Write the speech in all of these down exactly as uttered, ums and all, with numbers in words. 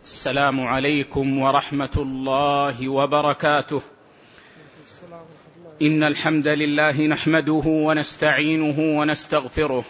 السلام عليكم ورحمة الله وبركاته. إن الحمد لله نحمده ونستعينه ونستغفره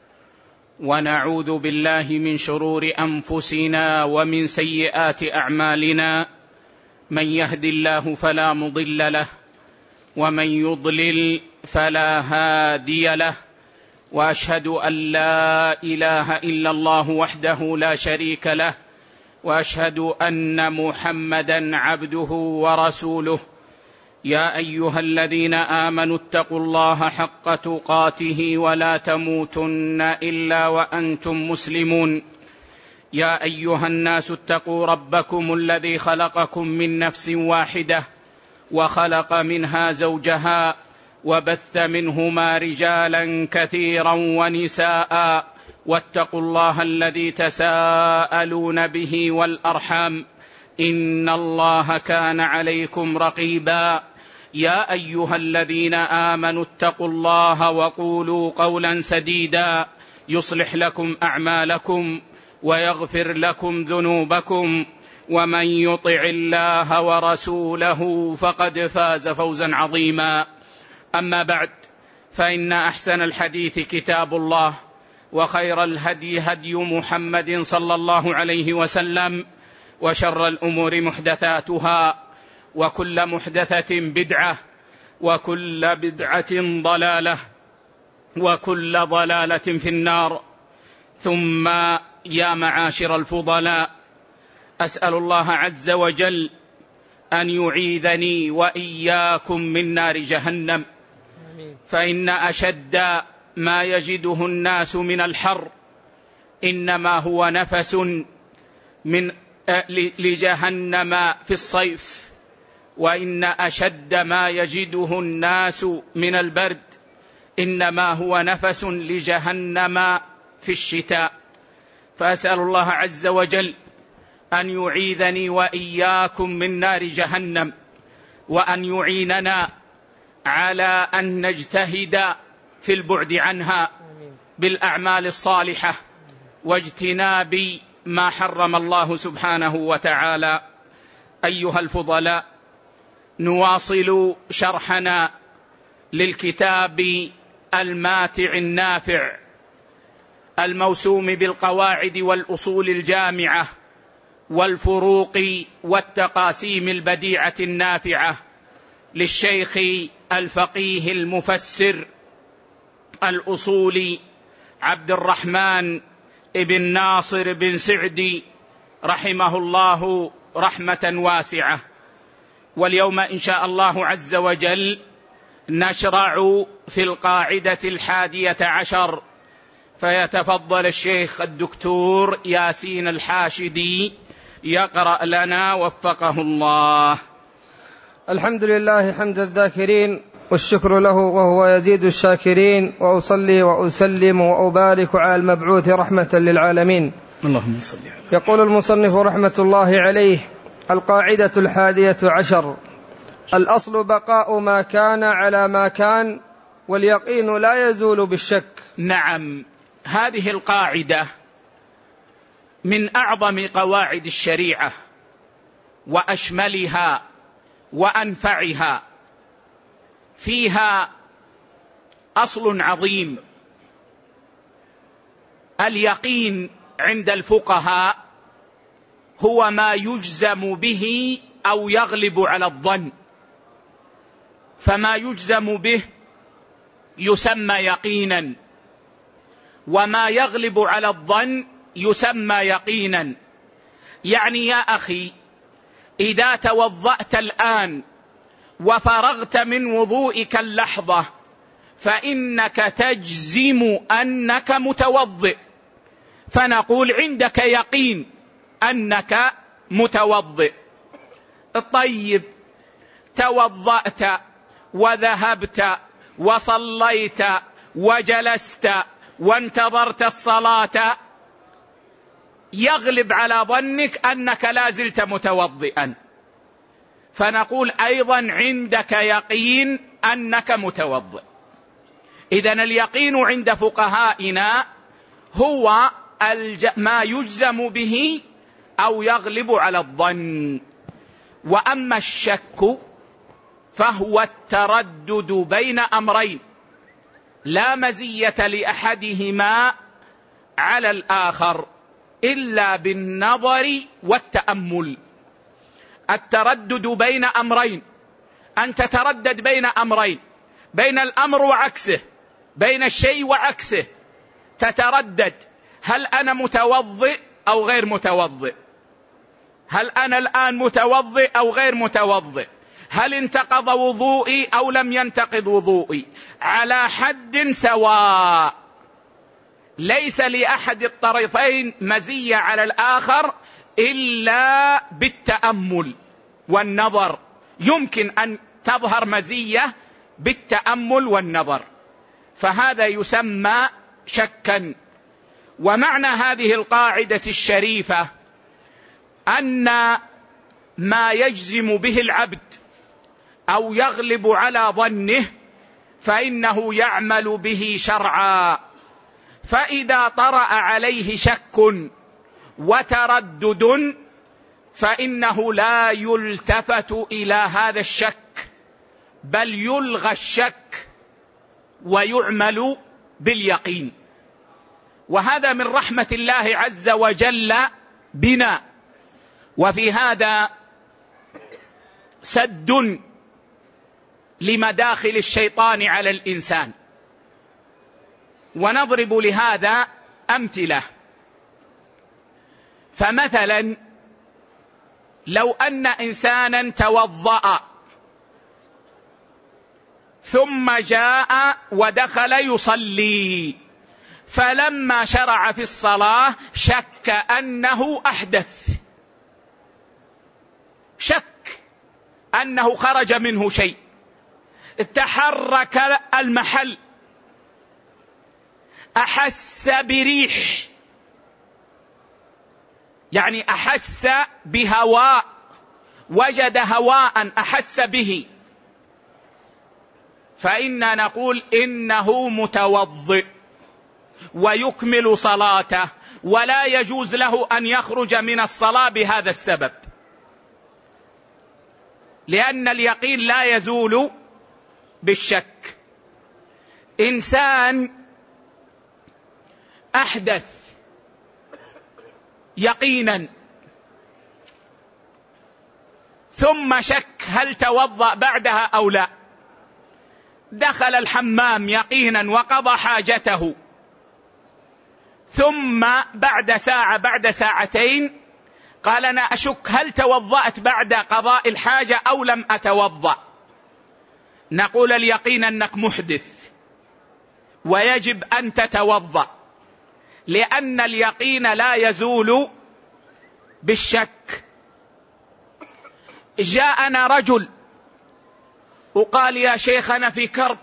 ونعوذ بالله من شرور أنفسنا ومن سيئات أعمالنا، من يهد الله فلا مضل له ومن يضلل فلا هادي له، وأشهد أن لا إله إلا الله وحده لا شريك له، وأشهد أن محمدا عبده ورسوله. يا أيها الذين آمنوا اتقوا الله حق تقاته ولا تموتن إلا وأنتم مسلمون. يا أيها الناس اتقوا ربكم الذي خلقكم من نفس واحدة وخلق منها زوجها وبث منهما رجالا كثيرا ونساء، واتقوا الله الذي تساءلون به والأرحام، إن الله كان عليكم رقيبا. يا أيها الذين آمنوا اتقوا الله وقولوا قولا سديدا يصلح لكم أعمالكم ويغفر لكم ذنوبكم، ومن يطع الله ورسوله فقد فاز فوزا عظيما. أما بعد، فإن أحسن الحديث كتاب الله، وخير الهدي هدي محمد صلى الله عليه وسلم، وشر الأمور محدثاتها، وكل محدثة بدعة، وكل بدعة ضلالة، وكل ضلالة في النار. ثم يا معاشر الفضلاء، أسأل الله عز وجل أن يعيذني وإياكم من نار جهنم، فإن أشد ما يجده الناس من الحر إنما هو نفس من لجهنم في الصيف، وإن أشد ما يجده الناس من البرد إنما هو نفس لجهنم في الشتاء. فأسأل الله عز وجل أن يعيذني وإياكم من نار جهنم، وأن يعيننا على أن نجتهد في البعد عنها بالأعمال الصالحة واجتناب ما حرم الله سبحانه وتعالى. أيها الفضلاء، نواصل شرحنا للكتاب الماتع النافع الموسوم بالقواعد والأصول الجامعة والفروق والتقاسيم البديعة النافعة للشيخ الفقيه المفسر الأصولي عبد الرحمن ابن ناصر بن سعدي رحمه الله رحمة واسعة. واليوم إن شاء الله عز وجل نشرع في القاعدة الحادية عشر، فيتفضل الشيخ الدكتور ياسين الحاشدي يقرأ لنا وفقه الله. الحمد لله حمد الذاكرين، والشكر له وهو يزيد الشاكرين، وأصلي وأسلم وأبارك على المبعوث رحمة للعالمين. اللهم صل على. يقول المصنف رحمة الله عليه: القاعدة الحادية عشر: الأصل بقاء ما كان على ما كان، واليقين لا يزول بالشك. نعم، هذه القاعدة من أعظم قواعد الشريعة وأشملها وأنفعها. فيها أصل عظيم. اليقين عند الفقهاء هو ما يجزم به أو يغلب على الظن، فما يجزم به يسمى يقينا، وما يغلب على الظن يسمى يقينا. يعني يا أخي، إذا توضأت الآن وفرغت من وضوئك اللحظة فإنك تجزم أنك متوضئ، فنقول عندك يقين أنك متوضئ. طيب، توضأت وذهبت وصليت وجلست وانتظرت الصلاة، يغلب على ظنك أنك لا زلت متوضئا، فنقول أيضا عندك يقين أنك متوضئ. إذن اليقين عند فقهائنا هو ما يجزم به أو يغلب على الظن. وأما الشك فهو التردد بين أمرين لا مزية لأحدهما على الآخر إلا بالنظر والتأمل. التردد بين أمرين، أن تتردد بين أمرين، بين الأمر وعكسه، بين الشيء وعكسه، تتردد هل أنا متوضئ أو غير متوضئ، هل أنا الآن متوضئ أو غير متوضئ، هل انتقض وضوئي أو لم ينتقض وضوئي، على حد سواء، ليس لأحد الطرفين مزية على الآخر إلا بالتأمل والنظر. يمكن أن تظهر مزية بالتأمل والنظر، فهذا يسمى شكا. ومعنى هذه القاعدة الشريفة أن ما يجزم به العبد أو يغلب على ظنه فإنه يعمل به شرعا، فإذا طرأ عليه شك وتردد فإنه لا يلتفت إلى هذا الشك، بل يلغى الشك ويعمل باليقين. وهذا من رحمة الله عز وجل بنا، وفي هذا سد لمداخل الشيطان على الإنسان. ونضرب لهذا أمثلة. فمثلا لو أن إنسانا توضأ ثم جاء ودخل يصلي، فلما شرع في الصلاة شك أنه أحدث، شك أنه خرج منه شيء، تحرك المحل، أحس بريح، يعني أحس بهواء، وجد هواء أحس به، فإنا نقول إنه متوضئ ويكمل صلاته، ولا يجوز له أن يخرج من الصلاة بهذا السبب، لأن اليقين لا يزول بالشك. إنسان أحدث يقينا ثم شك هل توضأ بعدها أو لا، دخل الحمام يقينا وقضى حاجته، ثم بعد ساعة بعد ساعتين قال أنا أشك هل توضأت بعد قضاء الحاجة أو لم أتوضأ، نقول اليقين أنك محدث ويجب أن تتوضأ، لأن اليقين لا يزول بالشك. جاءنا رجل وقال يا شيخ أنا في كرب،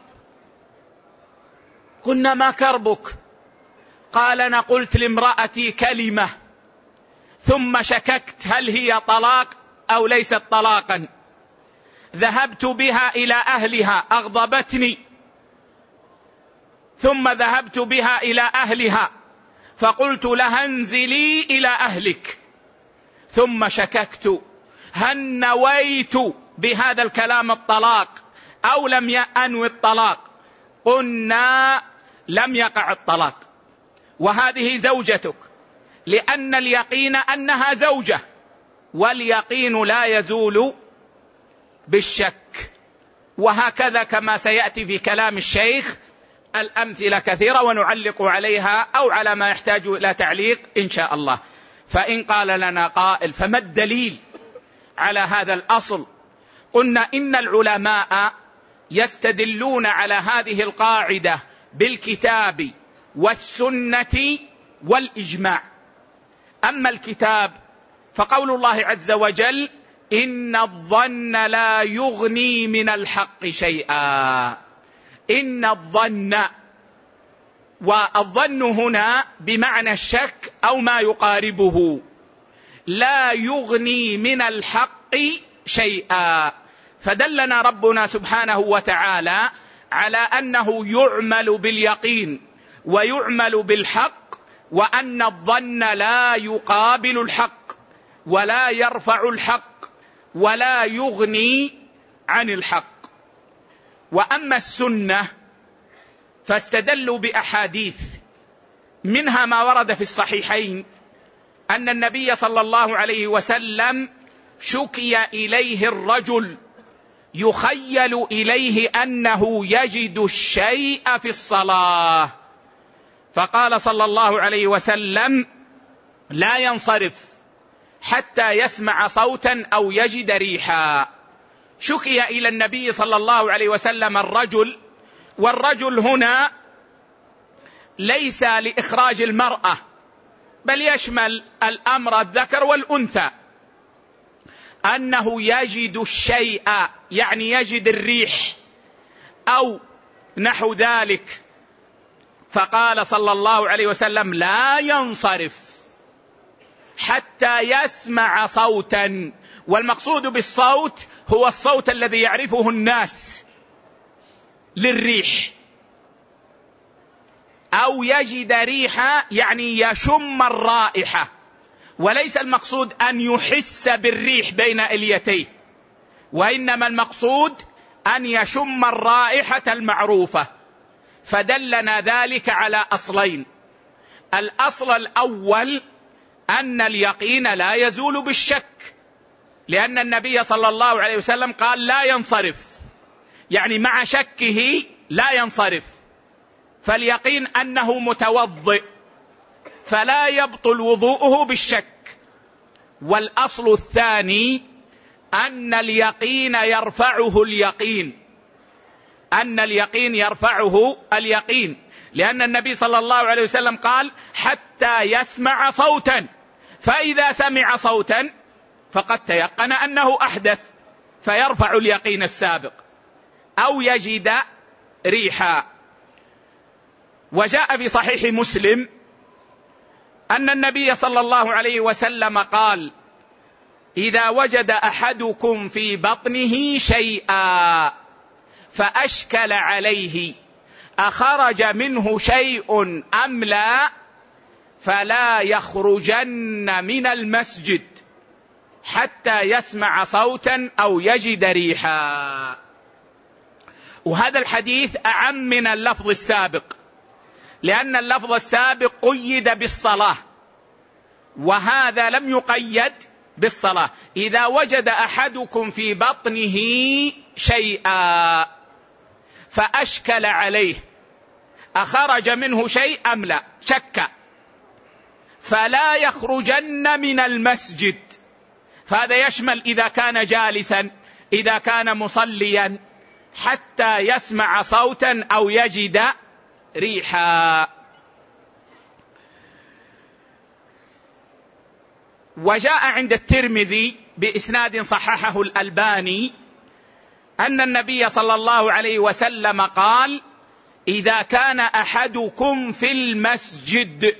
قلنا ما كربك؟ قال أنا قلت لامرأتي كلمة ثم شككت هل هي طلاق أو ليست طلاقا، ذهبت بها إلى أهلها أغضبتني، ثم ذهبت بها إلى أهلها فقلت لها انزلي إلى أهلك، ثم شككت هل نويت بهذا الكلام الطلاق أو لم أنوي الطلاق، قلنا لم يقع الطلاق وهذه زوجتك، لأن اليقين أنها زوجة، واليقين لا يزول بالشك. وهكذا كما سيأتي في كلام الشيخ الأمثلة كثيرة ونعلق عليها أو على ما يحتاج إلى تعليق إن شاء الله. فإن قال لنا قائل فما الدليل على هذا الأصل؟ قلنا إن العلماء يستدلون على هذه القاعدة بالكتاب والسنة والإجماع. أما الكتاب فقول الله عز وجل إن الظن لا يغني من الحق شيئا، إن الظن، والظن هنا بمعنى الشك أو ما يقاربه، لا يغني من الحق شيئا. فدلنا ربنا سبحانه وتعالى على أنه يعمل باليقين ويعمل بالحق، وأن الظن لا يقابل الحق، ولا يرفع الحق ولا يغني عن الحق. وأما السنة فاستدلوا بأحاديث، منها ما ورد في الصحيحين أن النبي صلى الله عليه وسلم شكي إليه الرجل يخيل إليه أنه يجد الشيء في الصلاة، فقال صلى الله عليه وسلم: لا ينصرف حتى يسمع صوتا أو يجد ريحا. شكي إلى النبي صلى الله عليه وسلم الرجل، والرجل هنا ليس لإخراج المرأة بل يشمل الأمر الذكر والأنثى، أنه يجد الشيء يعني يجد الريح أو نحو ذلك، فقال صلى الله عليه وسلم: لا ينصرف حتى يسمع صوتا. والمقصود بالصوت هو الصوت الذي يعرفه الناس للريح، أو يجد ريحة يعني يشم الرائحة، وليس المقصود أن يحس بالريح بين إليتيه، وإنما المقصود أن يشم الرائحة المعروفة. فدلنا ذلك على أصلين: الأصل الأول أن اليقين لا يزول بالشك، لأن النبي صلى الله عليه وسلم قال: لا ينصرف، يعني مع شكه لا ينصرف، فاليقين أنه متوضئ فلا يبطل وضوءه بالشك. والأصل الثاني أن اليقين يرفعه اليقين، أن اليقين يرفعه اليقين، لأن النبي صلى الله عليه وسلم قال: حتى يسمع صوتا، فإذا سمع صوتا فقد تيقن أنه أحدث فيرفع اليقين السابق، أو يجد ريحا. وجاء في صحيح مسلم أن النبي صلى الله عليه وسلم قال: إذا وجد أحدكم في بطنه شيئا فأشكل عليه أخرج منه شيء أم لا فلا يخرجن من المسجد حتى يسمع صوتا أو يجد ريحا. وهذا الحديث أعم من اللفظ السابق، لأن اللفظ السابق قيد بالصلاة، وهذا لم يقيد بالصلاة. إذا وجد أحدكم في بطنه شيئا فأشكل عليه أخرج منه شيء أم لا، شك، فلا يخرجن من المسجد. فهذا يشمل إذا كان جالسا، إذا كان مصليا، حتى يسمع صوتا أو يجد ريحا. وجاء عند الترمذي بإسناد صححه الألباني أن النبي صلى الله عليه وسلم قال: إذا كان أحدكم في المسجد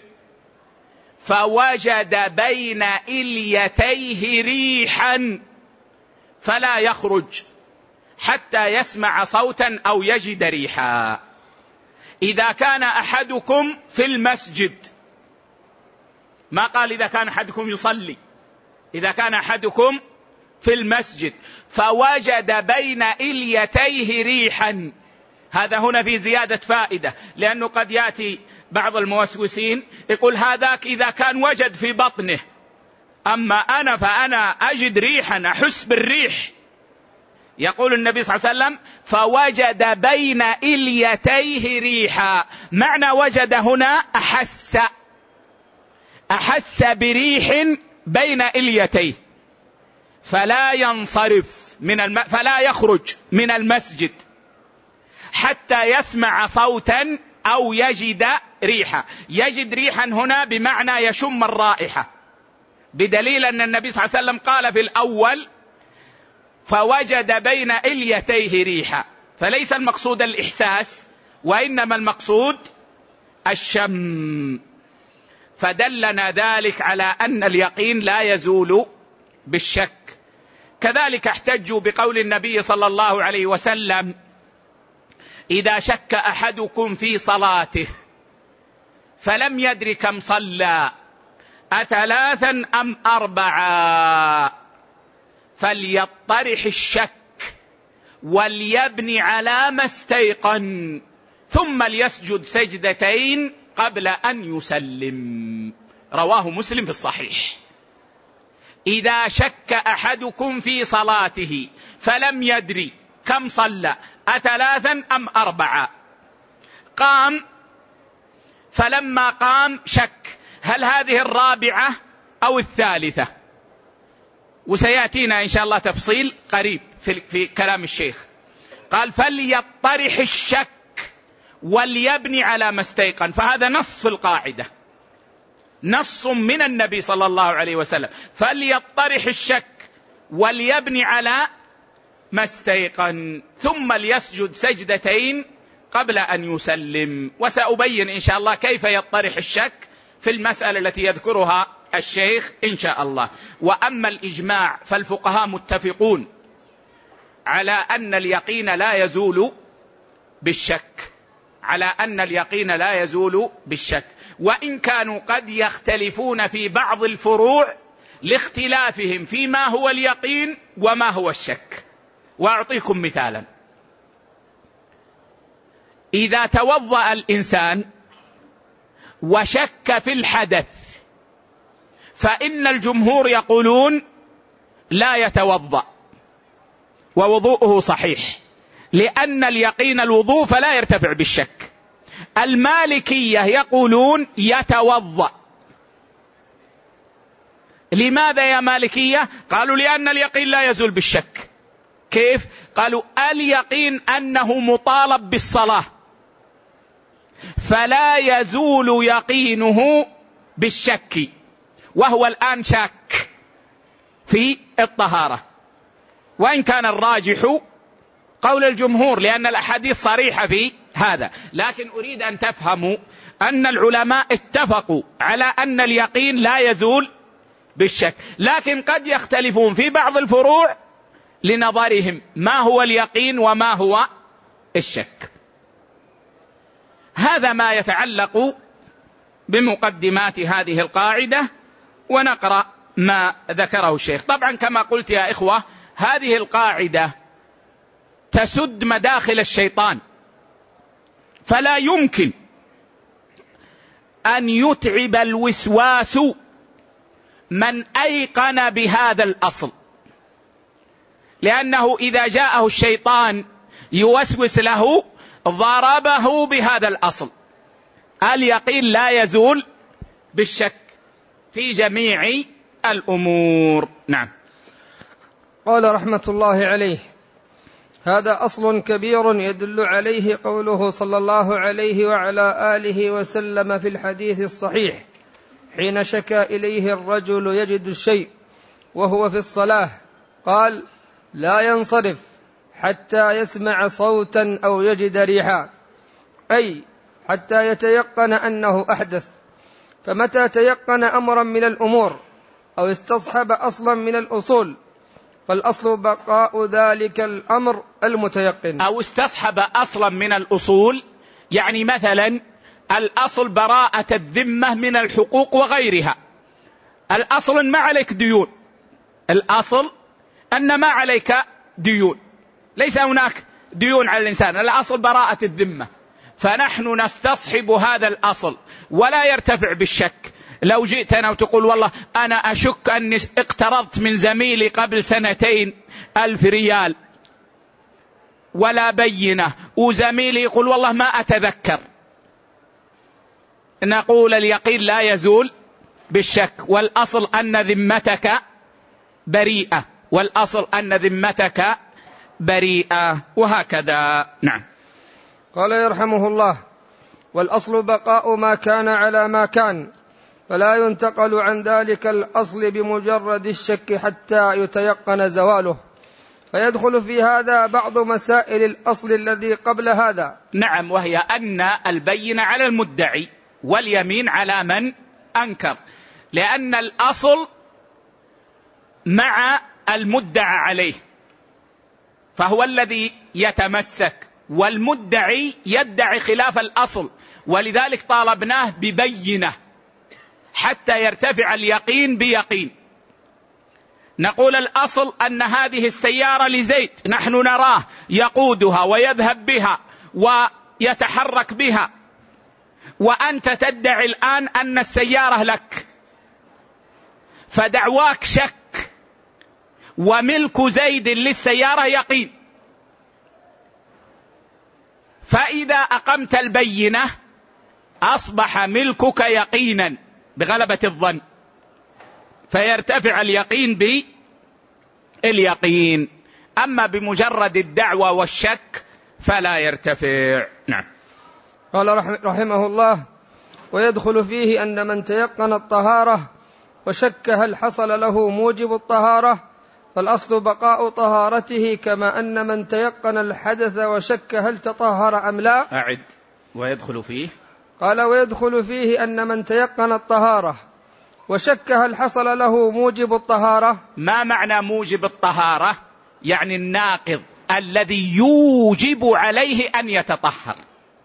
فوجد بين إليتيه ريحا فلا يخرج حتى يسمع صوتا أو يجد ريحا. إذا كان أحدكم في المسجد، ما قال إذا كان أحدكم يصلي، إذا كان أحدكم في المسجد فوجد بين إليتيه ريحا. هذا هنا في زيادة فائدة، لأنه قد يأتي بعض الموسوسين يقول هذاك إذا كان وجد في بطنه، أما أنا فأنا أجد ريحا، أحس بالريح. يقول النبي صلى الله عليه وسلم: فوجد بين إليتيه ريحا. معنى وجد هنا أحس، أحس بريح بين إليتيه، فلا ينصرف من الم... فلا يخرج من المسجد حتى يسمع صوتا أو يجد ريحا. يجد ريحا هنا بمعنى يشم الرائحة، بدليل أن النبي صلى الله عليه وسلم قال في الأول: فوجد بين إليتيه ريحا، فليس المقصود الإحساس، وإنما المقصود الشم. فدلنا ذلك على أن اليقين لا يزول بالشك. كذلك احتجوا بقول النبي صلى الله عليه وسلم: إذا شك أحدكم في صلاته فلم يدر كم صلى أثلاثا أم أربعا فليطرح الشك وليبني على ما استيقن ثم ليسجد سجدتين قبل أن يسلم. رواه مسلم في الصحيح. إذا شك أحدكم في صلاته فلم يدري كم صلى أثلاثا أم أربعة، قام، فلما قام شك هل هذه الرابعة أو الثالثة، وسيأتينا إن شاء الله تفصيل قريب في, في كلام الشيخ. قال فليطرح الشك وليبني على ما استيقن، فهذا نص القاعدة، نص من النبي صلى الله عليه وسلم. فليطرح الشك وليبني على ما استيقن ثم ليسجد سجدتين قبل أن يسلم. وسأبين إن شاء الله كيف يطرح الشك في المسألة التي يذكرها الشيخ إن شاء الله. وأما الإجماع فالفقهاء متفقون على أن اليقين لا يزول بالشك، على أن اليقين لا يزول بالشك، وإن كانوا قد يختلفون في بعض الفروع لاختلافهم فيما هو اليقين وما هو الشك. وأعطيكم مثالا: إذا توضأ الإنسان وشك في الحدث فإن الجمهور يقولون لا يتوضأ ووضوءه صحيح، لأن اليقين الوضوء فلا يرتفع بالشك. المالكية يقولون يتوضأ. لماذا يا مالكية؟ قالوا لأن اليقين لا يزول بالشك. كيف؟ قالوا اليقين أنه مطالب بالصلاة فلا يزول يقينه بالشك، وهو الآن شاك في الطهارة، وإن كان الراجح قول الجمهور لأن الأحاديث صريحة في هذا. لكن أريد أن تفهموا أن العلماء اتفقوا على أن اليقين لا يزول بالشك، لكن قد يختلفون في بعض الفروع لنظرهم ما هو اليقين وما هو الشك. هذا ما يتعلق بمقدمات هذه القاعدة، ونقرأ ما ذكره الشيخ. طبعا كما قلت يا إخوة هذه القاعدة تسد مداخل الشيطان، فلا يمكن أن يتعب الوسواس من أيقن بهذا الأصل، لأنه إذا جاءه الشيطان يوسوس له ضربه بهذا الأصل. اليقين لا يزول بالشك في جميع الأمور. نعم. قال رحمة الله عليه: هذا أصل كبير يدل عليه قوله صلى الله عليه وعلى آله وسلم في الحديث الصحيح حين شكى إليه الرجل يجد الشيء وهو في الصلاة قال: لا ينصرف حتى يسمع صوتا أو يجد ريحا، أي حتى يتيقن أنه أحدث. فمتى تيقن أمرا من الأمور أو استصحب أصلا من الأصول فالأصل بقاء ذلك الأمر المتيقن. أو استصحب أصلا من الأصول، يعني مثلا الأصل براءة الذمة من الحقوق وغيرها. الأصل ما عليك ديون، الأصل أن ما عليك ديون، ليس هناك ديون على الإنسان، الأصل براءة الذمة. فنحن نستصحب هذا الأصل ولا يرتفع بالشك. لو جئتنا وتقول والله أنا أشك أني اقترضت من زميلي قبل سنتين ألف ريال ولا بينة، وزميلي يقول والله ما أتذكر، نقول اليقين لا يزول بالشك، والأصل أن ذمتك بريئة، والأصل أن ذمتك بريئة، وهكذا. نعم. قال يرحمه الله: والأصل بقاء ما كان على ما كان، فلا ينتقل عن ذلك الأصل بمجرد الشك حتى يتيقن زواله، فيدخل في هذا بعض مسائل الأصل الذي قبل هذا. نعم، وهي أن البينة على المدعي واليمين على من أنكر، لأن الأصل مع المدعى عليه فهو الذي يتمسك، والمدعي يدعي خلاف الأصل، ولذلك طالبناه ببينة حتى يرتفع اليقين بيقين. نقول الأصل أن هذه السيارة لزيد، نحن نراه يقودها ويذهب بها ويتحرك بها، وأنت تدعي الآن أن السيارة لك، فدعواك شك، وملك زيد للسيارة يقين. فإذا أقمت البينة أصبح ملكك يقينا بغلبة الظن، فيرتفع اليقين باليقين. أما بمجرد الدعوة والشك فلا يرتفع. نعم. قال رحمه الله: ويدخل فيه أن من تيقن الطهارة وشك هل حصل له موجب الطهارة فالأصل بقاء طهارته، كما أن من تيقن الحدث وشك هل تطهر أم لا. أعد. ويدخل فيه. قال: ويدخل فيه أن من تيقن الطهارة وشك هل حصل له موجب الطهارة. ما معنى موجب الطهارة؟ يعني الناقض الذي يوجب عليه أن يتطهر.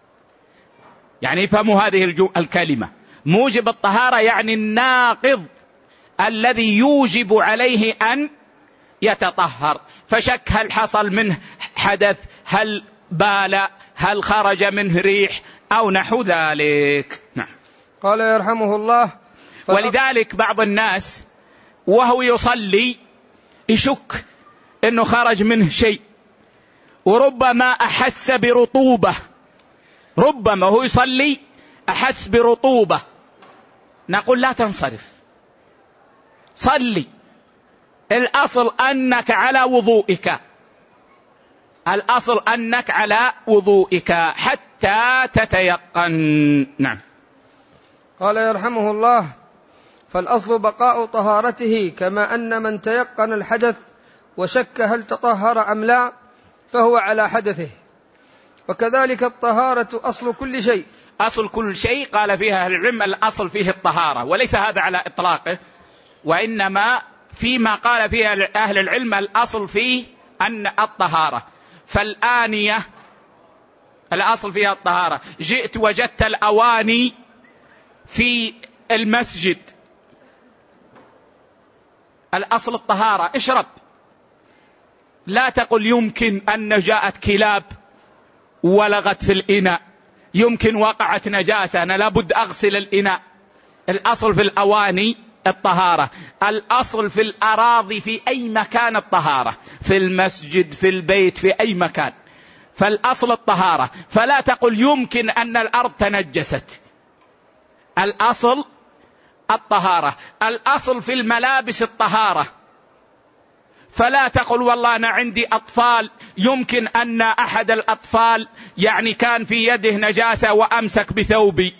يعني فهموا هذه الكلمة، موجب الطهارة يعني الناقض الذي يوجب عليه أن يتطهر. فشك هل حصل منه حدث، هل بال، هل خرج منه ريح أو نحو ذلك. نعم. قال يرحمه الله: ولذلك بعض الناس وهو يصلي يشك أنه خرج منه شيء، وربما أحس برطوبة، ربما هو يصلي أحس برطوبة، نقول لا تنصرف، صلي، الأصل أنك على وضوئك، الأصل أنك على وضوئك حتى تتيقن. نعم. قال يرحمه الله: فالأصل بقاء طهارته، كما أن من تيقن الحدث وشك هل تطهر أم لا فهو على حدثه، وكذلك الطهارة أصل كل شيء. أصل كل شيء قال فيها أهل العلم الأصل فيه الطهارة، وليس هذا على إطلاقه، وإنما فيما قال فيها أهل العلم الأصل فيه أن الطهارة. فالآنية الأصل فيها الطهارة. جئت وجدت الأواني في المسجد، الأصل الطهارة، اشرب، لا تقل يمكن أن جاءت كلاب ولغت في الإناء، يمكن وقعت نجاسة، أنا لابد أغسل الإناء. الأصل في الأواني الطهارة، الأصل في الأراضي في أي مكان الطهارة، في المسجد، في البيت، في أي مكان، فالأصل الطهارة. فلا تقل يمكن أن الأرض تنجست، الأصل الطهارة. الأصل في الملابس الطهارة، فلا تقل والله أنا عندي أطفال يمكن أن أحد الأطفال يعني كان في يده نجاسة وأمسك بثوبي،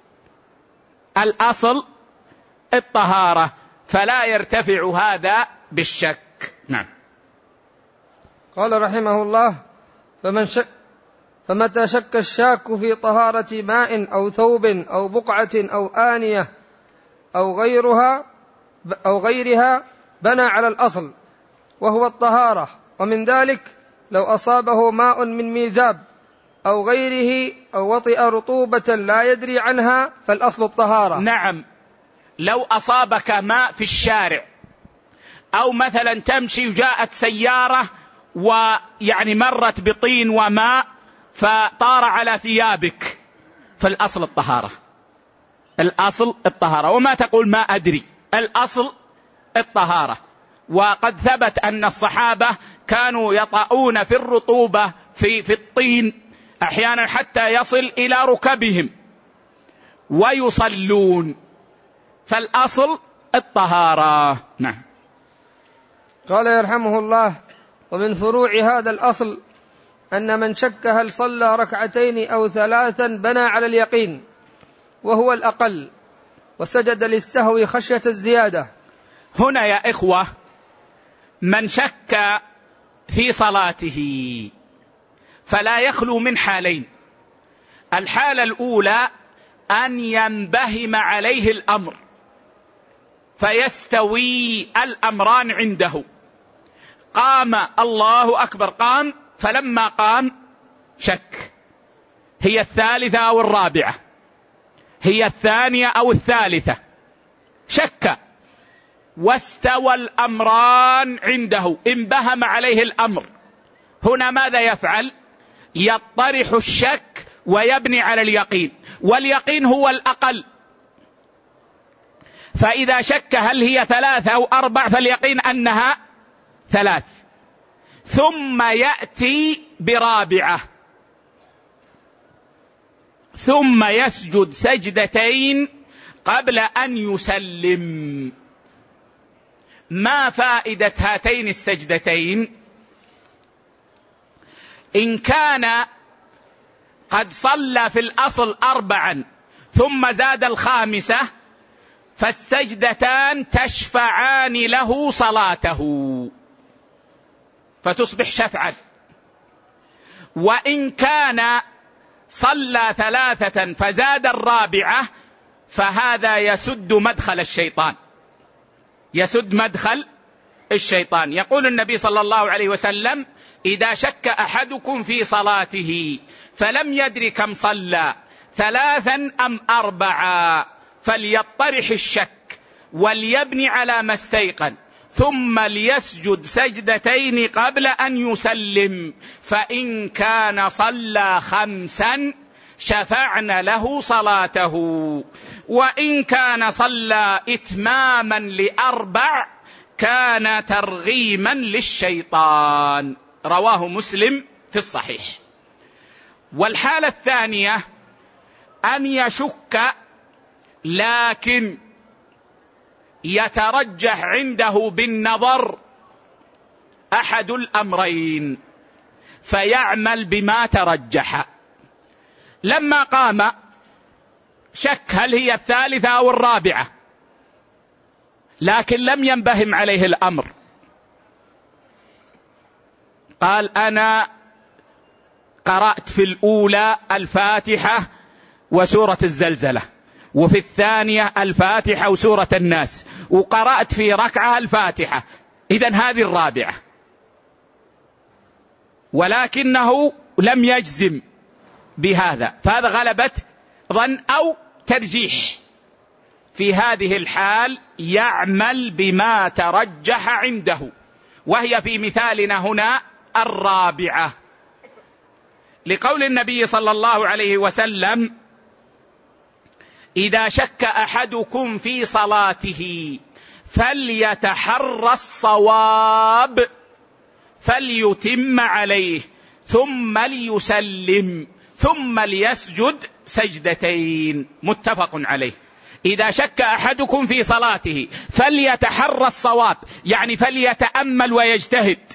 الأصل الطهارة، فلا يرتفع هذا بالشك. نعم. قال رحمه الله: فمن شك فمتى شك الشاك في طهارة ماء أو ثوب أو بقعة أو آنية أو غيرها أو غيرها بنى على الأصل وهو الطهارة. ومن ذلك لو أصابه ماء من ميزاب أو غيره أو وطئ رطوبة لا يدري عنها فالأصل الطهارة. نعم. لو أصابك ماء في الشارع، أو مثلا تمشي وجاءت سيارة ويعني مرت بطين وماء فطار على ثيابك، فالأصل الطهارة، الأصل الطهارة. وما تقول ما أدري، الأصل الطهارة. وقد ثبت أن الصحابة كانوا يطؤون في الرطوبة في, في الطين أحيانا حتى يصل إلى ركبهم ويصلون، فالأصل الطهارة. نعم. قال يرحمه الله: ومن فروع هذا الأصل أن من شك هل صلى ركعتين أو ثلاثا بنى على اليقين وهو الأقل، وسجد للسهو خشية الزيادة. هنا يا إخوة من شك في صلاته فلا يخلو من حالين. الحالة الأولى أن ينبهم عليه الأمر فيستوي الأمران عنده، قام الله أكبر، قام، فلما قام شك، هي الثالثة أو الرابعة، هي الثانية أو الثالثة، شك واستوى الأمران عنده، انبهم عليه الأمر، هنا ماذا يفعل؟ يطرح الشك ويبني على اليقين، واليقين هو الأقل. فإذا شك هل هي ثلاثة أو أربع فاليقين أنها ثلاث، ثم يأتي برابعة، ثم يسجد سجدتين قبل أن يسلم. ما فائدة هاتين السجدتين؟ إن كان قد صلى في الأصل أربعا ثم زاد الخامسة فالسجدتان تشفعان له صلاته فتصبح شفعا. وإن كان صلى ثلاثة فزاد الرابعة فهذا يسد مدخل الشيطان، يسد مدخل الشيطان. يقول النبي صلى الله عليه وسلم: إذا شك أحدكم في صلاته فلم يدر كم صلى ثلاثا أم أربعا فليطرح الشك وليبني على ما استيقن، ثم ليسجد سجدتين قبل أن يسلم، فإن كان صلى خمسا شفعنا له صلاته، وإن كان صلى إتماما لأربع كان ترغيما للشيطان. رواه مسلم في الصحيح. والحالة الثانية أن يشك لكن يترجح عنده بالنظر أحد الأمرين فيعمل بما ترجح. لما قام شك هل هي الثالثة أو الرابعة، لكن لم ينبهم عليه الأمر، قال: أنا قرأت في الأولى الفاتحة وسورة الزلزلة، وفي الثانية الفاتحة وسورة الناس، وقرأت في ركعة الفاتحة، إذن هذه الرابعة، ولكنه لم يجزم بهذا، فهذا غلبة ظن أو ترجيح. في هذه الحال يعمل بما ترجح عنده، وهي في مثالنا هنا الرابعة، لقول النبي صلى الله عليه وسلم: إذا شك أحدكم في صلاته فليتحرى الصواب فليتم عليه ثم ليسلم ثم ليسجد سجدتين. متفق عليه. إذا شك أحدكم في صلاته فليتحرى الصواب، يعني فليتأمل ويجتهد،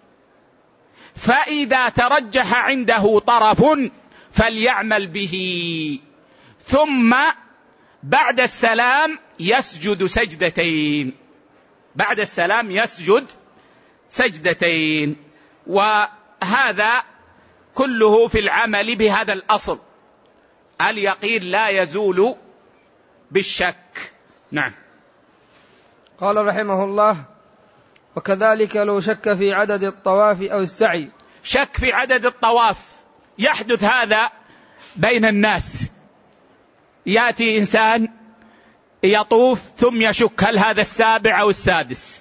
فإذا ترجح عنده طرف فليعمل به، ثم بعد السلام يسجد سجدتين، بعد السلام يسجد سجدتين. وهذا كله في العمل بهذا الأصل: اليقين لا يزول بالشك. نعم. قال رحمه الله: وكذلك لو شك في عدد الطواف أو السعي. شك في عدد الطواف يحدث هذا بين الناس، يأتي إنسان يطوف ثم يشك هل هذا السابع أو السادس،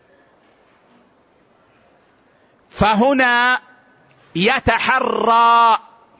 فهنا يتحرى،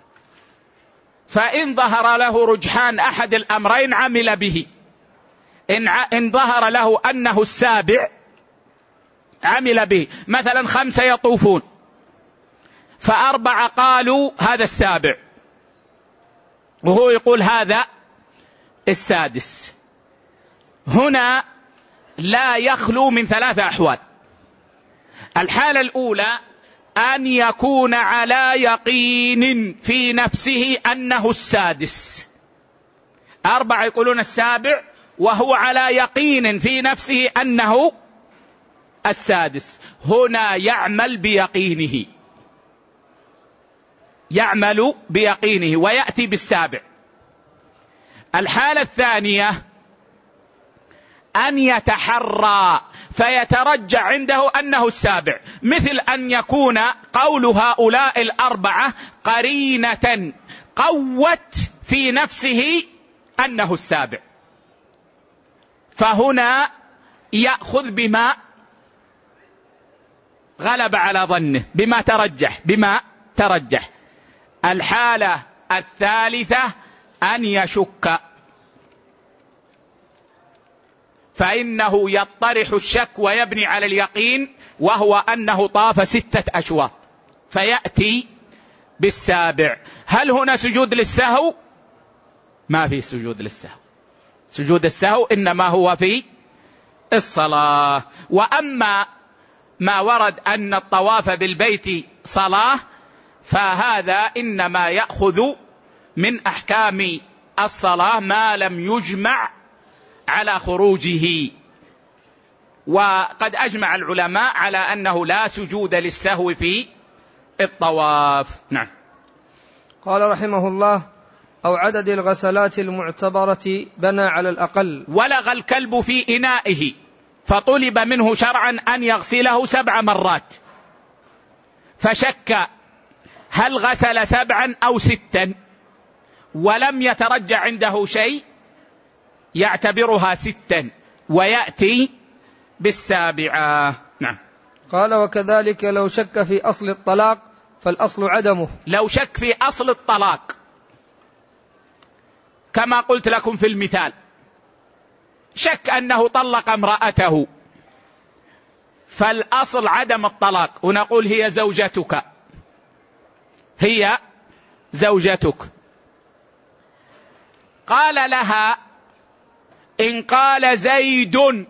فإن ظهر له رجحان أحد الأمرين عمل به، إن ظهر له أنه السابع عمل به. مثلا خمسة يطوفون فأربعة قالوا هذا السابع وهو يقول هذا السادس، هنا لا يخلو من ثلاثة أحوال. الحالة الأولى أن يكون على يقين في نفسه أنه السادس، أربعة يقولون السابع وهو على يقين في نفسه أنه السادس، هنا يعمل بيقينه، يعمل بيقينه ويأتي بالسابع. الحالة الثانية أن يتحرى فيترجع عنده أنه السابع، مثل أن يكون قول هؤلاء الأربعة قرينة قوت في نفسه أنه السابع، فهنا يأخذ بما غلب على ظنه، بما ترجح بما ترجح. الحالة الثالثة أن يشك، فإنه يطرح الشك ويبني على اليقين، وهو أنه طاف ستة أشواط فيأتي بالسابع. هل هنا سجود للسهو؟ ما في سجود للسهو، سجود السهو إنما هو في الصلاة. وأما ما ورد أن الطواف بالبيت صلاة فهذا إنما يأخذ من أحكام الصلاة ما لم يجمع على خروجه. وقد أجمع العلماء على أنه لا سجود للسهو في الطواف. نعم. قال رحمه الله: أو عدد الغسلات المعتبرة بنى على الأقل. ولغ الكلب في إنائه فطلب منه شرعا أن يغسله سبع مرات، فشك هل غسل سبعا أو ستا، ولم يترجع عنده شيء، يعتبرها ستا ويأتي بالسابعة. نعم. قال: وكذلك لو شك في أصل الطلاق فالأصل عدمه. لو شك في أصل الطلاق كما قلت لكم في المثال، شك أنه طلق امرأته، فالأصل عدم الطلاق، ونقول هي زوجتك، هي زوجتك. قال لها: إن قال زيد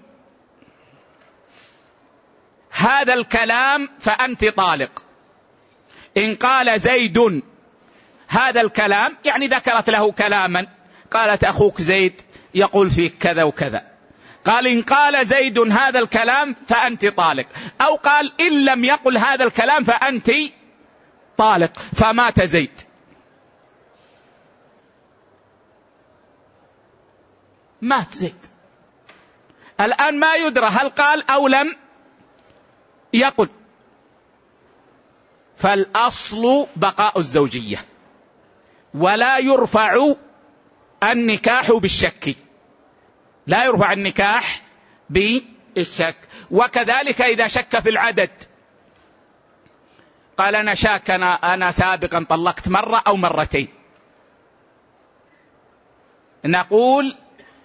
هذا الكلام فأنت طالق. إن قال زيد هذا الكلام يعني ذكرت له كلاما، قالت أخوك زيد يقول فيك كذا وكذا، قال إن قال زيد هذا الكلام فأنت طالق، أو قال إن لم يقل هذا الكلام فأنت طالق، فمات زيد. مات زيد، الآن ما يدرى هل قال أو لم يقل، فالأصل بقاء الزوجية، ولا يرفع النكاح بالشك، لا يرفع النكاح بالشك. وكذلك إذا شك في العدد، قال أنا شاك أنا, أنا سابقا طلقت مرة أو مرتين، نقول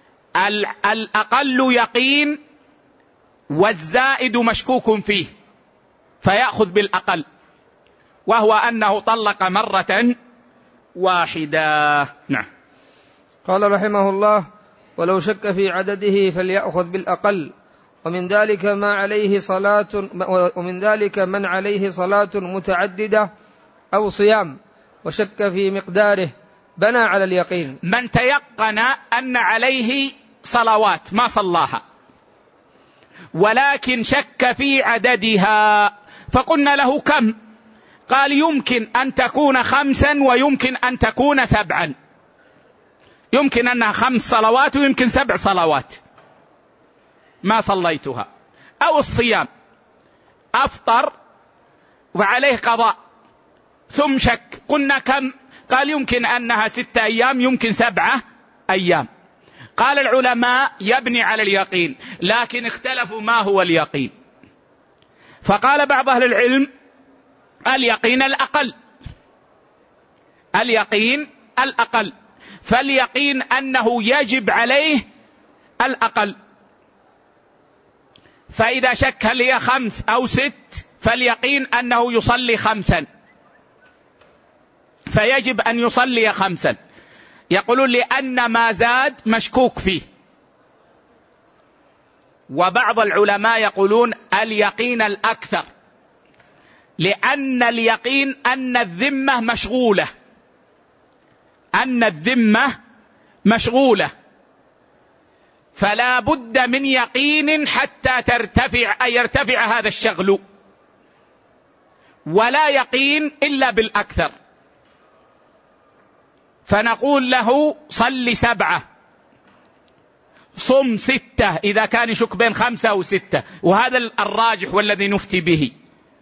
الأقل يقين والزائد مشكوك فيه، فيأخذ بالأقل، وهو أنه طلق مرة واحدة. نعم. قال رحمه الله: ولو شك في عدده فليأخذ بالأقل، ومن ذلك ما عليه صلاة ومن ذلك من عليه صلاة متعددة أو صيام وشك في مقداره بنى على اليقين. من تيقن أن عليه صلوات ما صلاها ولكن شك في عددها، فقلنا له كم؟ قال يمكن أن تكون خمسا ويمكن أن تكون سبعا، يمكن أنها خمس صلوات ويمكن سبع صلوات ما صليتها. أو الصيام، أفطر وعليه قضاء ثم شك، قلنا كم؟ قال يمكن أنها ستة أيام يمكن سبعة أيام. قال العلماء يبني على اليقين، لكن اختلفوا ما هو اليقين، فقال بعض أهل العلم اليقين الأقل، اليقين الأقل، فاليقين أنه يجب عليه الأقل، فإذا شك هل هي خمس أو ست فاليقين أنه يصلي خمسا، فيجب أن يصلي خمسا. يقولون لأن ما زاد مشكوك فيه. وبعض العلماء يقولون اليقين الأكثر، لأن اليقين أن الذمة مشغولة، أن الذمة مشغولة، فلا بد من يقين حتى ترتفع أي يرتفع هذا الشغل، ولا يقين إلا بالأكثر. فنقول له صل سبعة، صم ستة إذا كان يشك بين خمسة وستة، وهذا الراجح والذي نفتي به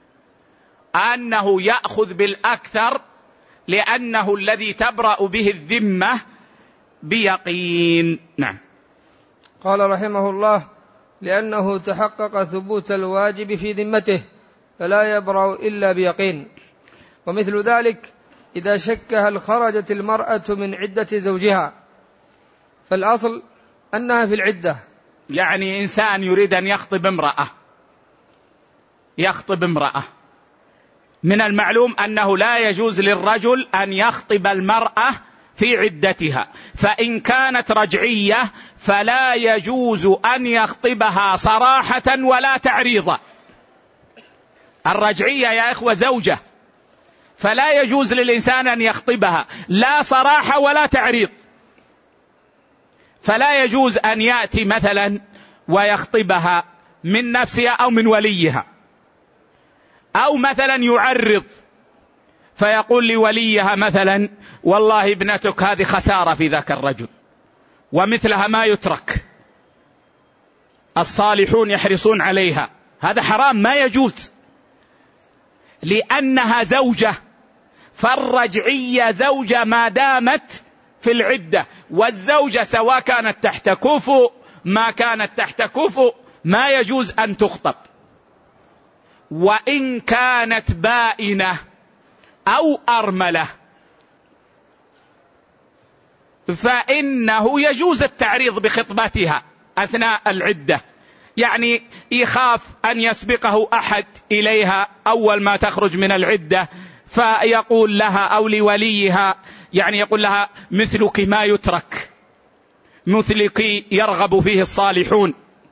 أنه يأخذ بالأكثر، لأنه الذي تبرأ به الذمة بيقين. نعم. قال رحمه الله: لأنه تحقق ثبوت الواجب في ذمته فلا يبرأ إلا بيقين. ومثل ذلك إذا شك هل خرجت المرأة من عدة زوجها، فالأصل أنها في العدة. يعني إنسان يريد أن يخطب امرأة يخطب امرأة من المعلوم أنه لا يجوز للرجل أن يخطب المرأة في عدتها، فإن كانت رجعية فلا يجوز أن يخطبها صراحة ولا تعريضا. الرجعية يا إخوة زوجة، فلا يجوز للإنسان أن يخطبها لا صراحة ولا تعريض. فلا يجوز أن يأتي مثلا ويخطبها من نفسها أو من وليها، أو مثلا يعرض فيقول لوليها مثلا: والله ابنتك هذه خسارة في ذاك الرجل، ومثلها ما يترك، الصالحون يحرصون عليها. هذا حرام، ما يجوز، لأنها زوجة. فالرجعية زوجة ما دامت في العدة، والزوجة سواء كانت تحت كفو ما كانت تحت كفو ما يجوز أن تخطب. وإن كانت بائنة أو أرملة فإنه يجوز التعريض بخطبتها أثناء العدة، يعني يخاف أن يسبقه أحد إليها أول ما تخرج من العدة فيقول لها أو لوليها، يعني يقول لها: مثلك ما يترك، مثلك يرغب فيه الصالحون،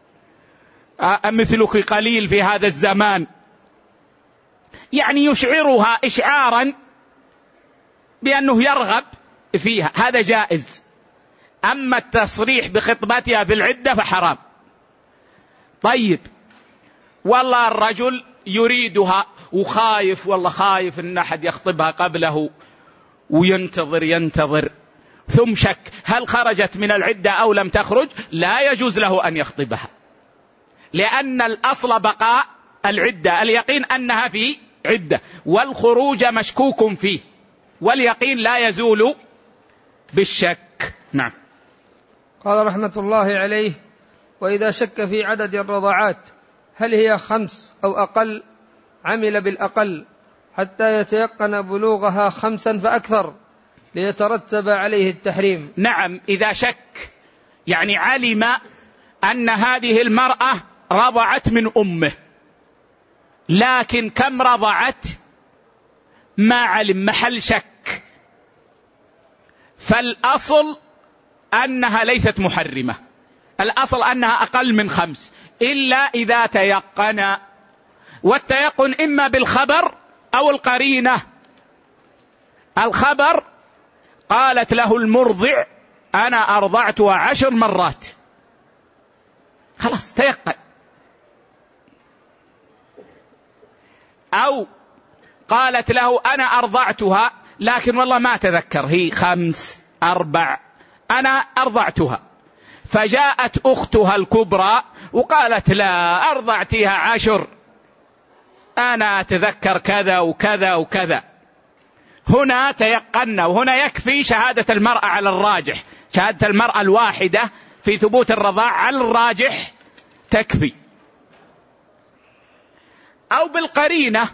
مثلك قليل في هذا الزمان، يعني يشعرها إشعارا بأنه يرغب فيها، هذا جائز. أما التصريح بخطبتها في العدة فحرام. طيب، والله الرجل يريدها وخايف، والله خايف أن أحد يخطبها قبله، وينتظر ينتظر ثم شك هل خرجت من العدة أو لم تخرج، لا يجوز له أن يخطبها، لأن الأصل بقاء العدة، اليقين أنها في عدة، والخروج مشكوك فيه، واليقين لا يزول بالشك. نعم. قال رحمة الله عليه: وإذا شك في عدد الرضاعات هل هي خمس أو أقل عمل بالأقل حتى يتيقن بلوغها خمسا فأكثر ليترتب عليه التحريم. نعم، إذا شك يعني علم أن هذه المرأة رضعت من أمه، لكن كم رضعت ما علم، محل شك، فالأصل أنها ليست محرمة، الأصل أنها أقل من خمس، إلا إذا تيقن، والتيقن إما بالخبر أو القرينة. الخبر: قالت له المرضع: أنا أرضعتها عشر مرات، خلاص تيقن. أو قالت له: أنا أرضعتها لكن والله ما تذكر هي خمس أربع، أنا أرضعتها، فجاءت أختها الكبرى وقالت: لا، أرضعتها عشر، أنا أتذكر كذا وكذا وكذا. هنا تيقنا، وهنا يكفي شهادة المرأة على الراجح، شهادة المرأة الواحدة في ثبوت الرضاع على الراجح تكفي. أو بالقرينة: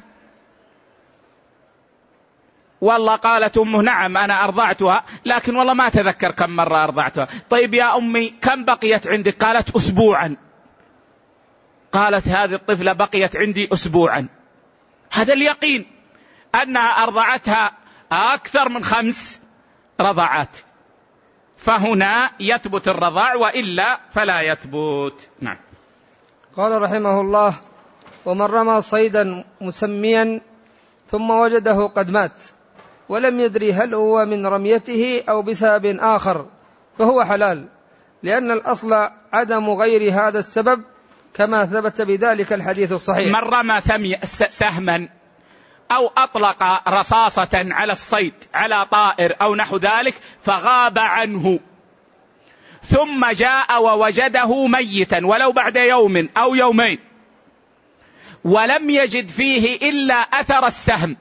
والله قالت أمه: نعم أنا أرضعتها لكن والله ما أتذكر كم مرة أرضعتها. طيب يا أمي كم بقيت عندك؟ قالت: أسبوعا. قالت: هذه الطفلة بقيت عندي أسبوعا. هذا اليقين أنها أرضعتها أكثر من خمس رضعات، فهنا يثبت الرضاع، وإلا فلا يثبت. نعم. قال رحمه الله: ومن رمى صيدا مسميا ثم وجده قد مات ولم يدري هل هو من رميته أو بسبب آخر فهو حلال، لأن الأصل عدم غير هذا السبب كما ثبت بذلك الحديث الصحيح. من رمى سهما أو أطلق رصاصة على الصيد على طائر أو نحو ذلك فغاب عنه، ثم جاء ووجده ميتا ولو بعد يوم أو يومين، ولم يجد فيه إلا أثر السهم،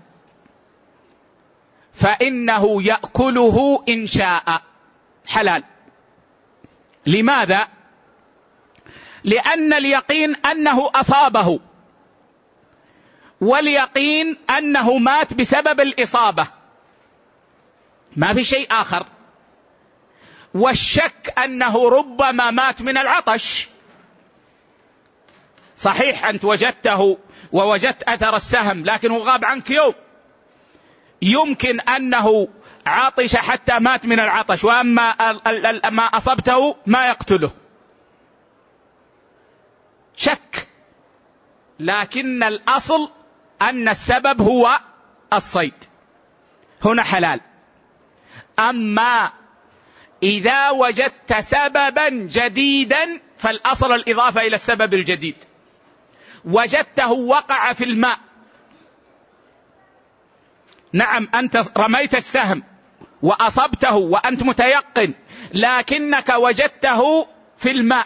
فإنه يأكله إن شاء، حلال. لماذا؟ لأن اليقين أنه أصابه، واليقين أنه مات بسبب الإصابة، ما في شيء آخر. والشك أنه ربما مات من العطش. صحيح أنت وجدته ووجدت أثر السهم لكنه غاب عنك يوم، يمكن أنه عطش حتى مات من العطش، وأما ما أصبته ما يقتله. شك، لكن الأصل أن السبب هو الصيد، هنا حلال. أما إذا وجدت سببا جديدا فالأصل الإضافة إلى السبب الجديد. وجدته وقع في الماء، نعم أنت رميت السهم وأصبته وأنت متيقن، لكنك وجدته في الماء،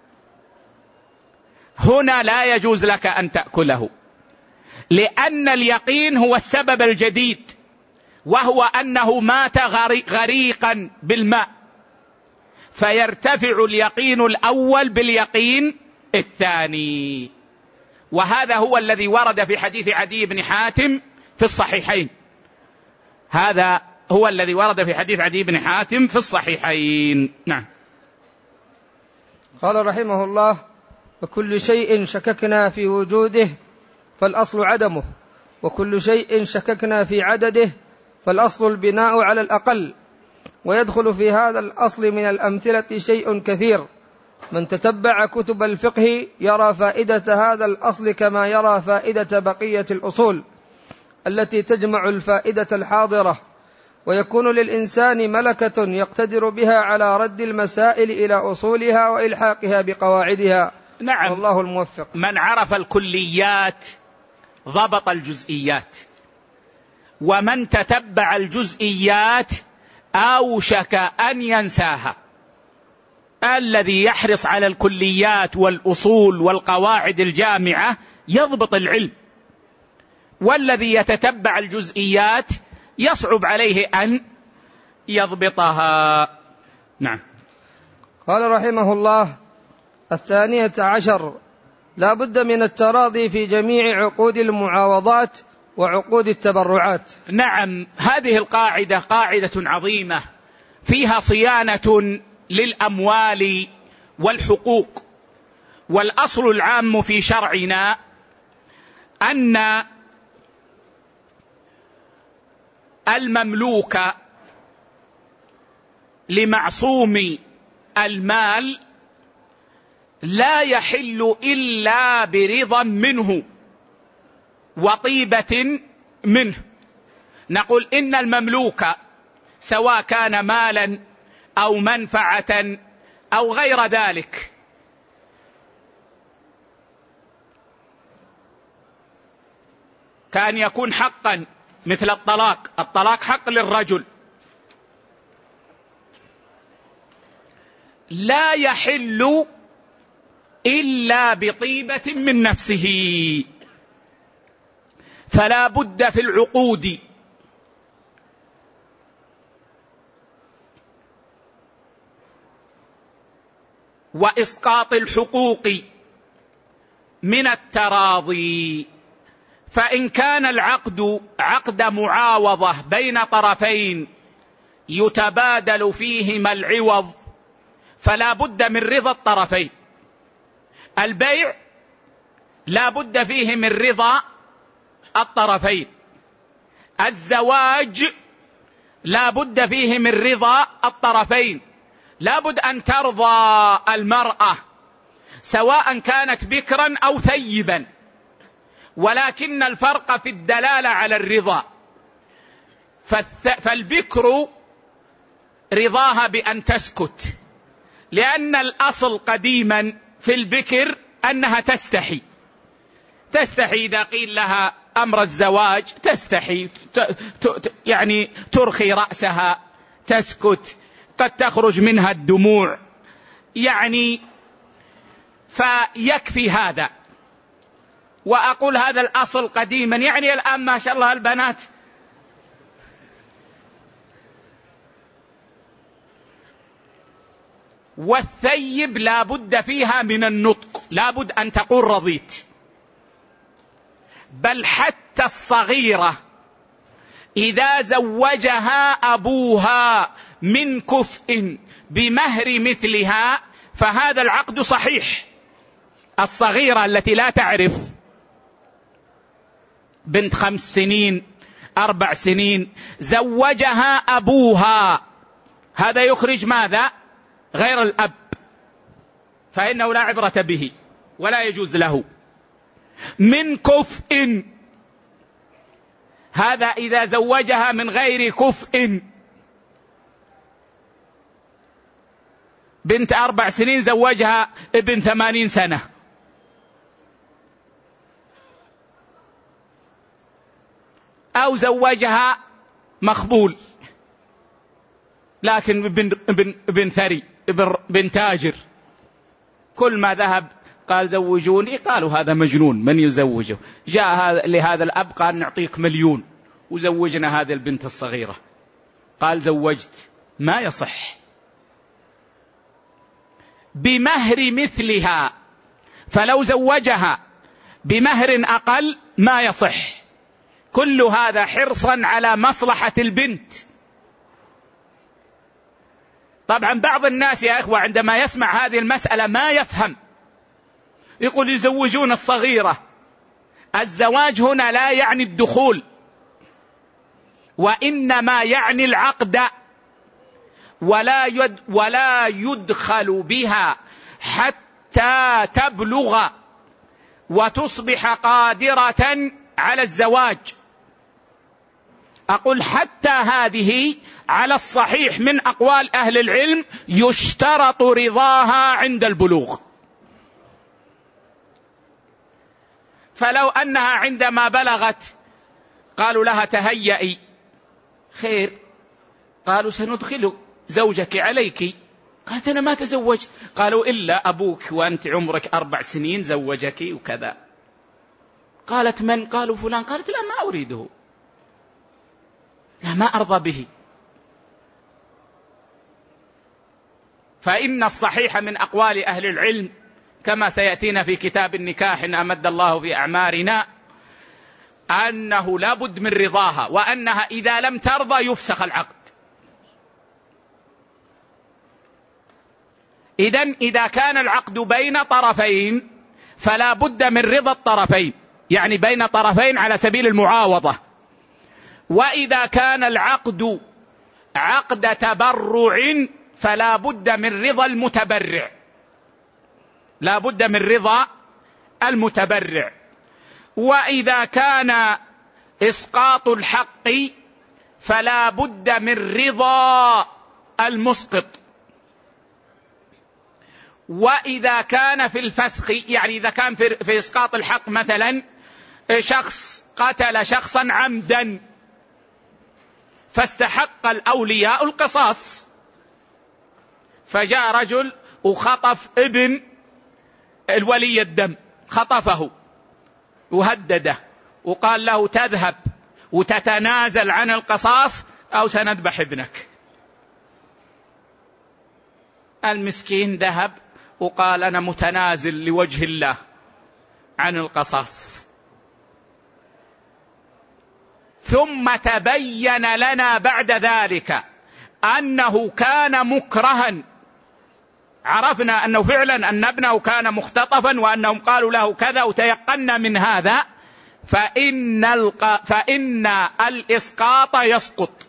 هنا لا يجوز لك أن تأكله، لأن اليقين هو السبب الجديد، وهو أنه مات غريقا بالماء، فيرتفع اليقين الأول باليقين الثاني. وهذا هو الذي ورد في حديث عدي بن حاتم في الصحيحين، هذا هو الذي ورد في حديث عدي بن حاتم في الصحيحين. نعم. قال رحمه الله: وكل شيء شككنا في وجوده فالأصل عدمه، وكل شيء شككنا في عدده فالأصل البناء على الأقل. ويدخل في هذا الأصل من الأمثلة شيء كثير. من تتبع كتب الفقه يرى فائدة هذا الأصل كما يرى فائدة بقية الأصول التي تجمع الفائدة الحاضرة، ويكون للإنسان ملكة يقتدر بها على رد المسائل إلى أصولها وإلحاقها بقواعدها. نعم، والله الموفق. من عرف الكليات ضبط الجزئيات، ومن تتبع الجزئيات أوشك أن ينساها. الذي يحرص على الكليات والأصول والقواعد الجامعة يضبط العلم، والذي يتتبع الجزئيات يصعب عليه أن يضبطها. نعم. قال رحمه الله: الثانية عشر: لا بد من التراضي في جميع عقود المعاوضات وعقود التبرعات. نعم، هذه القاعدة قاعدة عظيمة فيها صيانة للأموال والحقوق. والأصل العام في شرعنا أن المملوك لمعصوم المال لا يحل إلا برضا منه وطيبة منه. نقول إن المملوك سواء كان مالا أو منفعة أو غير ذلك كان يكون حقا، مثل الطلاق، الطلاق حق للرجل، لا يحل إلا بطيبة من نفسه. فلا بد في العقود وإسقاط الحقوق من التراضي. فإن كان العقد عقد معاوضة بين طرفين يتبادل فيهما العوض فلا بد من رضا الطرفين. البيع لا بد فيه من رضا الطرفين، الزواج لا بد فيه من رضا الطرفين. لا بد أن ترضى المرأة سواء كانت بكرا أو ثيبا، ولكن الفرق في الدلالة على الرضا. فالبكر رضاها بأن تسكت، لأن الأصل قديما في البكر أنها تستحي تستحي إذا قيل لها أمر الزواج تستحي، يعني ترخي رأسها، تسكت، قد تخرج منها الدموع، يعني فيكفي هذا. وأقول هذا الأصل قديما، يعني الآن ما شاء الله البنات والثيب لا بد فيها من النطق، لا بد أن تقول رضيت. بل حتى الصغيرة إذا زوجها أبوها من كفء بمهر مثلها فهذا العقد صحيح. الصغيرة التي لا تعرف، بنت خمس سنين أربع سنين، زوجها أبوها، هذا يخرج ماذا؟ غير الأب، فإنه لا عبرة به ولا يجوز له. من كفء، هذا إذا زوجها من غير كفء. بنت أربع سنين زوجها ابن ثمانين سنة، أو زوجها مخبول لكن ابن, ابن, ابن ثري، ابن, ابن تاجر، كل ما ذهب قال زوجوني، قالوا هذا مجنون من يزوجه. جاء لهذا الأب قال نعطيك مليون وزوجنا هذه البنت الصغيرة، قال زوجت، ما يصح. بمهر مثلها، فلو زوجها بمهر أقل ما يصح. كل هذا حرصا على مصلحة البنت. طبعا بعض الناس يا إخوة عندما يسمع هذه المسألة ما يفهم، يقول يزوجون الصغيرة. الزواج هنا لا يعني الدخول، وإنما يعني العقد، ولا يد ولا يدخل بها حتى تبلغ وتصبح قادرة على الزواج. أقول حتى هذه على الصحيح من أقوال أهل العلم يشترط رضاها عند البلوغ. فلو أنها عندما بلغت قالوا لها تهيئي، خير، قالوا سندخل زوجك عليك، قالت أنا ما تزوجت، قالوا إلا أبوك وأنت عمرك أربع سنين زوجك وكذا. قالت من؟ قالوا فلان. قالت لا ما أريده، لا ما أرضى به. فإن الصحيح من أقوال أهل العلم كما سيأتينا في كتاب النكاح إن أمد الله في أعمارنا أنه لا بد من رضاها، وأنها إذا لم ترضى يفسخ العقد. إذن إذا كان العقد بين طرفين فلا بد من رضا الطرفين، يعني بين طرفين على سبيل المعاوضة. وإذا كان العقد عقد تبرع فلا بد من رضا المتبرع، لا بد من رضا المتبرع. وإذا كان إسقاط الحق فلا بد من رضا المسقط. وإذا كان في الفسخ، يعني إذا كان في, في إسقاط الحق مثلا شخص قتل شخصا عمدا فاستحق الأولياء القصاص، فجاء رجل وخطف ابن الولي الدم، خطفه وهدده وقال له تذهب وتتنازل عن القصاص أو سنذبح ابنك. المسكين ذهب وقال أنا متنازل لوجه الله عن القصاص. ثم تبين لنا بعد ذلك أنه كان مكرها، عرفنا أنه فعلا أن ابنه كان مختطفا وأنهم قالوا له كذا وتيقنا من هذا، فإن, الق... فإن الإسقاط يسقط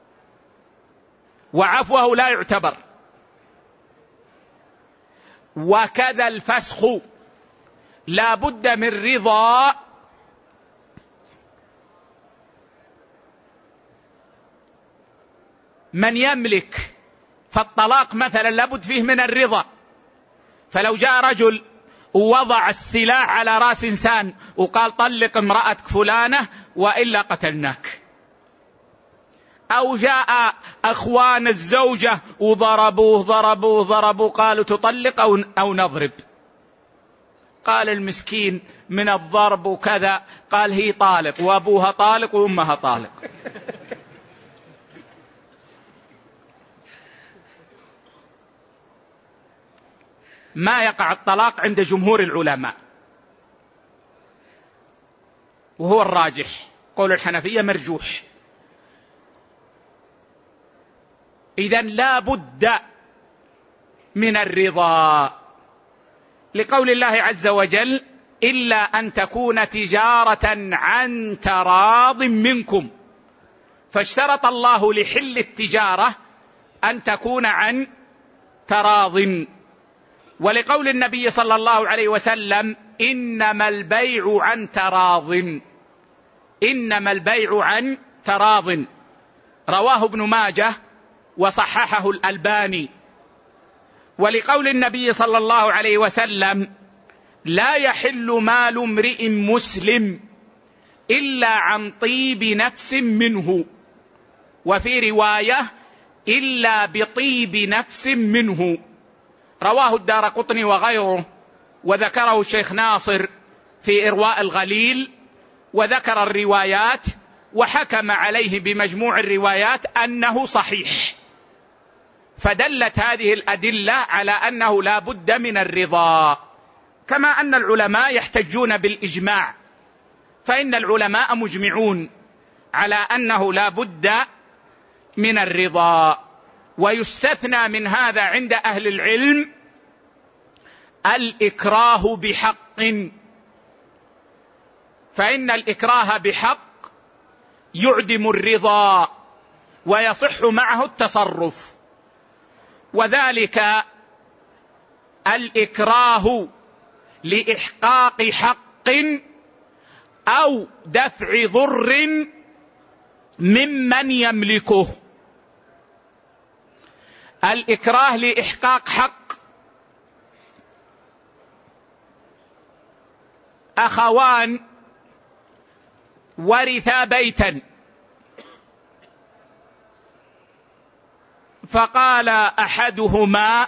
وعفوه لا يعتبر. وكذا الفسخ لا بد من رضا من يملك. فالطلاق مثلا لابد فيه من الرضا، فلو جاء رجل ووضع السلاح على رأس إنسان وقال طلق امرأتك فلانة وإلا قتلناك، أو جاء أخوان الزوجة وضربوه ضربوه ضربوه قالوا تطلق أو, أو نضرب، قال المسكين من الضرب وكذا، قال هي طالق وأبوها طالق وأمها طالق. ما يقع الطلاق عند جمهور العلماء، وهو الراجح، قول الحنفية مرجوح. إذن لا بد من الرضا، لقول الله عز وجل: إلا أن تكون تجارة عن تراض منكم، فاشترط الله لحل التجارة أن تكون عن تراض. ولقول النبي صلى الله عليه وسلم: إنما البيع عن تراض، إنما البيع عن تراض، رواه ابن ماجه وصححه الألباني. ولقول النبي صلى الله عليه وسلم: لا يحل مال امرئ مسلم إلا عن طيب نفس منه، وفي رواية: إلا بطيب نفس منه، رواه الدارقطني وغيره، وذكره الشيخ ناصر في إرواء الغليل، وذكر الروايات وحكم عليه بمجموع الروايات أنه صحيح. فدلت هذه الأدلة على أنه لا بد من الرضا، كما أن العلماء يحتجون بالإجماع، فإن العلماء مجمعون على أنه لا بد من الرضا. ويستثنى من هذا عند أهل العلم الإكراه بحق، فإن الإكراه بحق يعدم الرضا ويصح معه التصرف، وذلك الإكراه لإحقاق حق أو دفع ضر ممن يملكه. الإكراه لإحقاق حق، أخوان ورثا بيتا، فقال أحدهما: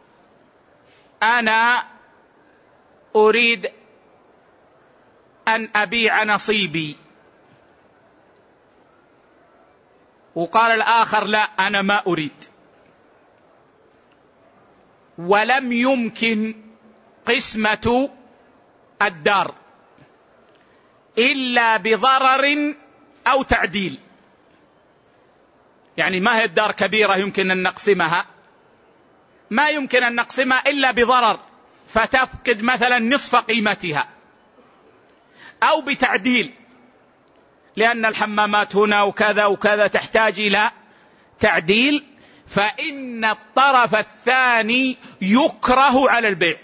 أنا أريد أن أبيع نصيبي، وقال الآخر: لا، أنا ما أريد. ولم يمكن قسمة الدار إلا بضرر أو تعديل، يعني ما هي الدار كبيرة يمكن أن نقسمها، ما يمكن أن نقسمها إلا بضرر، فتفقد مثلا نصف قيمتها، أو بتعديل، لأن الحمامات هنا وكذا وكذا تحتاج إلى تعديل، فإن الطرف الثاني يكره على البيع.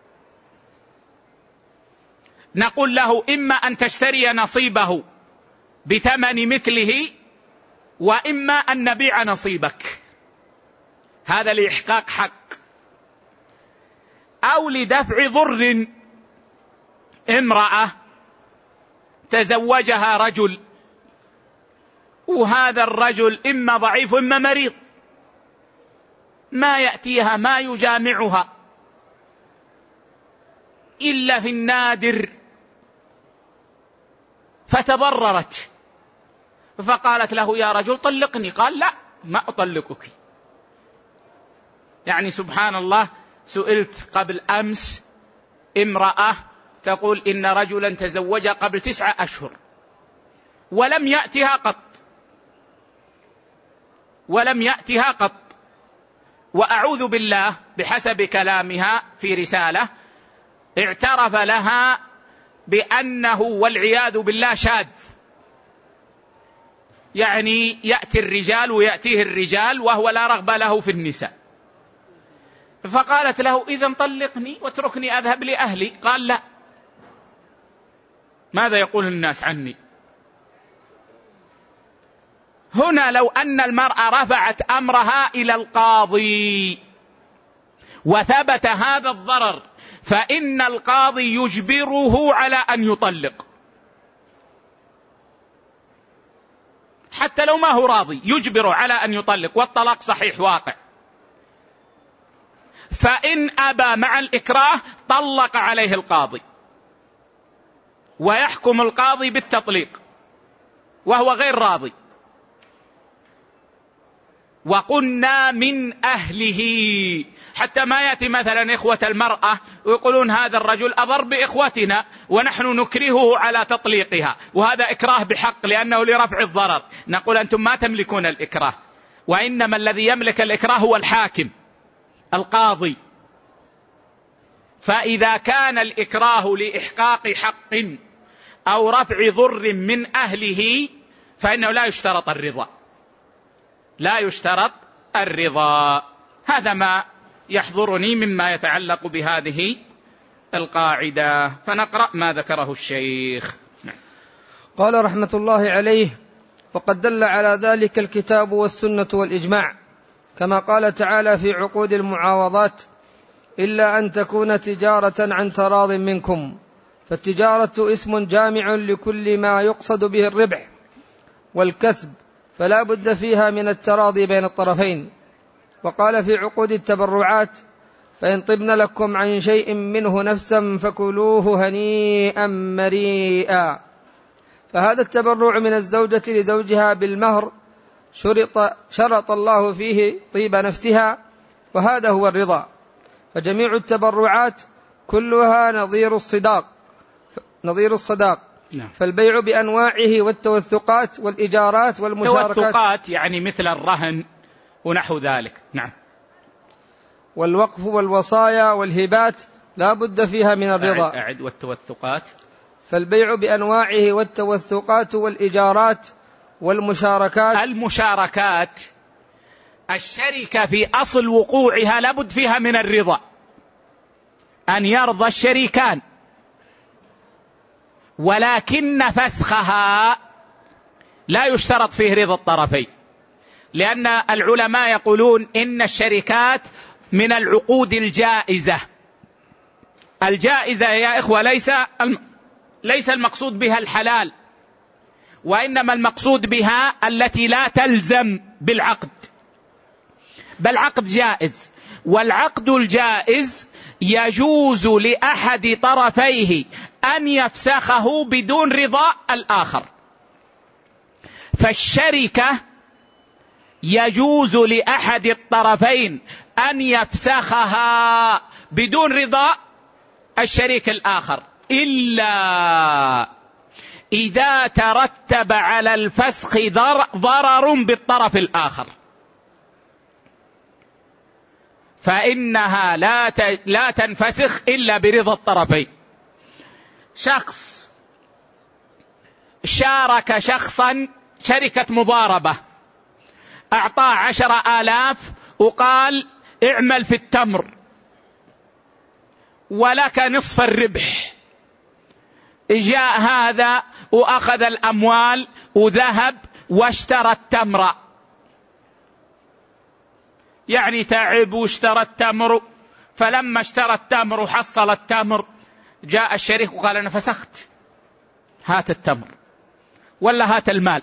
نقول له: إما أن تشتري نصيبه بثمن مثله، وإما أن نبيع نصيبك، هذا لإحقاق حق. أو لدفع ضر، امرأة تزوجها رجل، وهذا الرجل إما ضعيف إما مريض، ما يأتيها ما يجامعها إلا في النادر، فتضررت، فقالت له: يا رجل طلقني. قال: لا، ما أطلقك. يعني سبحان الله، سئلت قبل أمس امرأة تقول إن رجلا تزوج قبل تسعة أشهر ولم يأتها قط، ولم يأتها قط، وأعوذ بالله بحسب كلامها في رسالة اعترف لها بأنه والعياذ بالله شاذ، يعني يأتي الرجال ويأتيه الرجال وهو لا رغبة له في النساء. فقالت له: إذن طلقني واتركني أذهب لأهلي. قال: لا، ماذا يقول الناس عني؟ هنا لو أن المرأة رفعت أمرها إلى القاضي وثبت هذا الضرر، فإن القاضي يجبره على أن يطلق، حتى لو ما هو راضي يجبره على أن يطلق، والطلاق صحيح واقع. فإن أبى مع الإكراه طلق عليه القاضي، ويحكم القاضي بالتطليق وهو غير راضي. وقلنا من أهله، حتى ما يأتي مثلا إخوة المرأة ويقولون هذا الرجل أضر بإخوتنا ونحن نكرهه على تطليقها، وهذا إكراه بحق لأنه لرفع الضرر. نقول أنتم ما تملكون الإكراه، وإنما الذي يملك الإكراه هو الحاكم القاضي. فإذا كان الإكراه لإحقاق حق أو رفع ضر من أهله فإنه لا يشترط الرضا، لا يشترط الرضا. هذا ما يحضرني مما يتعلق بهذه القاعدة. فنقرأ ما ذكره الشيخ. قال رحمة الله عليه: وقد دل على ذلك الكتاب والسنة والإجماع، كما قال تعالى في عقود المعاوضات: إلا أن تكون تجارة عن تراض منكم. فالتجارة اسم جامع لكل ما يقصد به الربح والكسب، فلا بد فيها من التراضي بين الطرفين. وقال في عقود التبرعات: فإن طبن لكم عن شيء منه نفسا فكلوه هنيئا مريئا. فهذا التبرع من الزوجة لزوجها بالمهر شرط, شرط الله فيه طيب نفسها، وهذا هو الرضا. فجميع التبرعات كلها نظير الصداق نظير الصداق نعم. فالبيع بأنواعه والتوثقات والإجارات والمشاركات، توثقات يعني مثل الرهن ونحو ذلك. نعم. والوقف والوصايا والهبات لا بد فيها من الرضا. أعد, أعد والتوثقات. فالبيع بأنواعه والتوثقات والإجارات والمشاركات. المشاركات الشركة في أصل وقوعها لابد فيها من الرضا، أن يرضى الشريكان، ولكن فسخها لا يشترط فيه رضا الطرفين، لأن العلماء يقولون إن الشركات من العقود الجائزة. الجائزة يا إخوة ليس ليس المقصود بها الحلال، وإنما المقصود بها التي لا تلزم بالعقد، بل عقد جائز. والعقد الجائز يجوز لأحد طرفيه أن يفسخه بدون رضا الآخر. فالشركة يجوز لأحد الطرفين أن يفسخها بدون رضا الشريك الآخر، إلا إذا ترتب على الفسخ ضرر بالطرف الآخر، فإنها لا لا تنفسخ إلا برضا الطرفين. شخص شارك شخصا شركة مضاربة، أعطاه عشر آلاف وقال اعمل في التمر ولك نصف الربح. جاء هذا وأخذ الأموال وذهب واشترى التمر، يعني تعب واشترى التمر، فلما اشترى التمر وحصل التمر جاء الشريك وقال أنا فسخت، هات التمر ولا هات المال.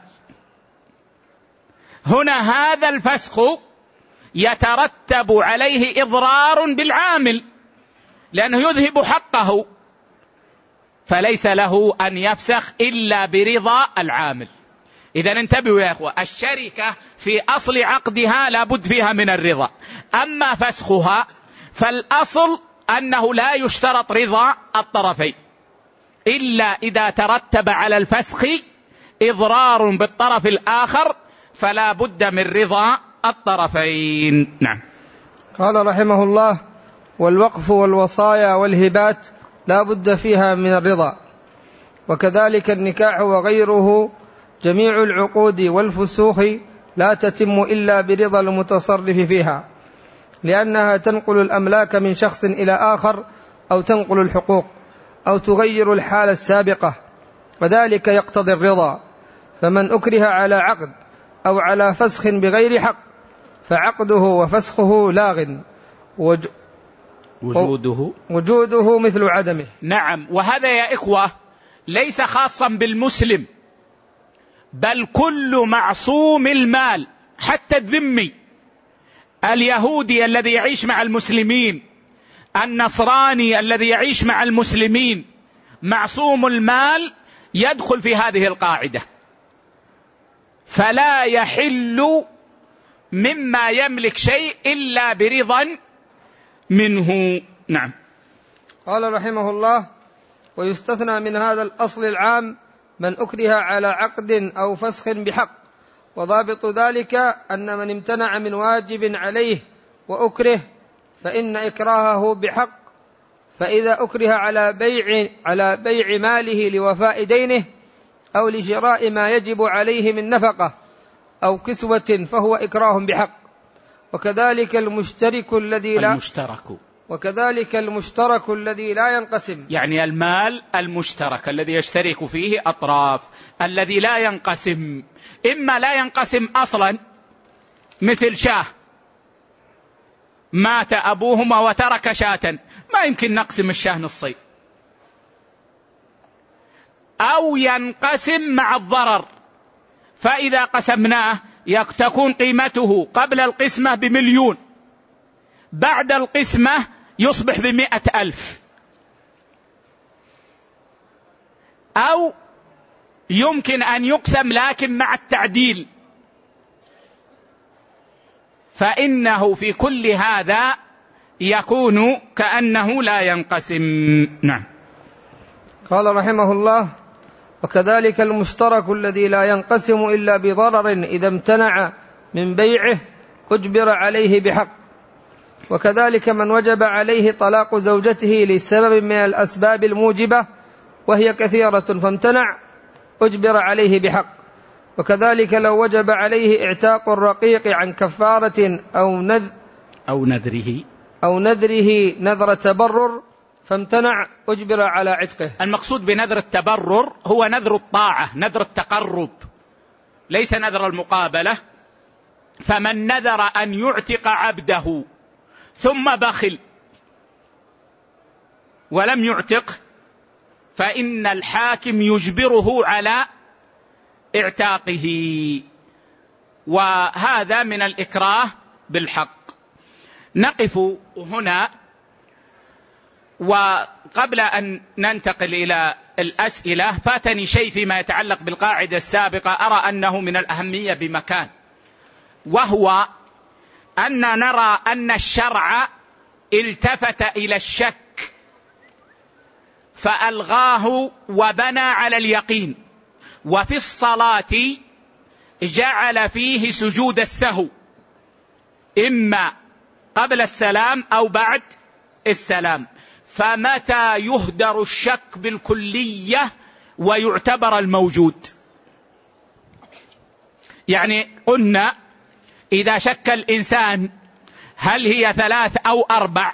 هنا هذا الفسخ يترتب عليه إضرار بالعامل لأنه يذهب حقه، فليس له أن يفسخ إلا برضا العامل. إذا انتبهوا يا أخوة، الشركة في أصل عقدها لابد فيها من الرضا، أما فسخها فالأصل أنه لا يشترط رضا الطرفين، إلا إذا ترتب على الفسخ إضرار بالطرف الآخر فلا بد من رضا الطرفين. نعم. قال رحمه الله: والوقف والوصايا والهبات لا بد فيها من الرضا، وكذلك النكاح وغيره. جميع العقود والفسوخ لا تتم إلا برضا المتصرف فيها، لأنها تنقل الأملاك من شخص إلى آخر، أو تنقل الحقوق، أو تغير الحالة السابقة، وذلك يقتضي الرضا. فمن أكره على عقد أو على فسخ بغير حق فعقده وفسخه لاغ، وج... وجوده وجوده مثل عدمه. نعم. وهذا يا إخوة ليس خاصا بالمسلم، بل كل معصوم المال، حتى الذمي، اليهودي الذي يعيش مع المسلمين، النصراني الذي يعيش مع المسلمين، معصوم المال يدخل في هذه القاعدة. فلا يحل مما يملك شيء إلا برضا منه. نعم. قال رحمه الله: ويستثنى من هذا الأصل العام من أكره على عقد أو فسخ بحق، وضابط ذلك أن من امتنع من واجب عليه وأكره فإن إكراهه بحق، فإذا أكره على بيع على بيع ماله لوفاء دينه أو لشراء ما يجب عليه من نفقة أو كسوة فهو إكراه بحق. وكذلك المشترك الذي لا المشترك وكذلك المشترك الذي لا ينقسم، يعني المال المشترك الذي يشترك فيه أطراف، الذي لا ينقسم، إما لا ينقسم أصلا مثل شاه مات أبوهما وترك شاة، ما يمكن نقسم الشاه نصين، أو ينقسم مع الضرر، فإذا قسمناه تكون قيمته قبل القسمة بمليون، بعد القسمة يصبح بمئة ألف، أو يمكن أن يقسم لكن مع التعديل، فإنه في كل هذا يكون كأنه لا ينقسم. نعم. قال رحمه الله: وكذلك المشترك الذي لا ينقسم إلا بضرر إذا امتنع من بيعه أجبر عليه بحق. وكذلك من وجب عليه طلاق زوجته لسبب من الأسباب الموجبة وهي كثيرة فامتنع أجبر عليه بحق. وكذلك لو وجب عليه اعتاق الرقيق عن كفارة أو نذر أو نذره أو نذره نذر تبرر فامتنع أجبر على عتقه. المقصود بنذر التبرر هو نذر الطاعة، نذر التقرب، ليس نذر المقابلة. فمن نذر أن يعتق عبده ثم بخل ولم يعتق فإن الحاكم يجبره على اعتاقه، وهذا من الإكراه بالحق. نقف هنا، وقبل أن ننتقل إلى الأسئلة فاتني شيء فيما يتعلق بالقاعدة السابقة أرى أنه من الأهمية بمكان، وهو أن نرى أن الشرع التفت إلى الشك فألغاه وبنى على اليقين، وفي الصلاة جعل فيه سجود السهو إما قبل السلام أو بعد السلام. فمتى يهدر الشك بالكلية ويعتبر الموجود؟ يعني قلنا إذا شك الإنسان هل هي ثلاث أو أربع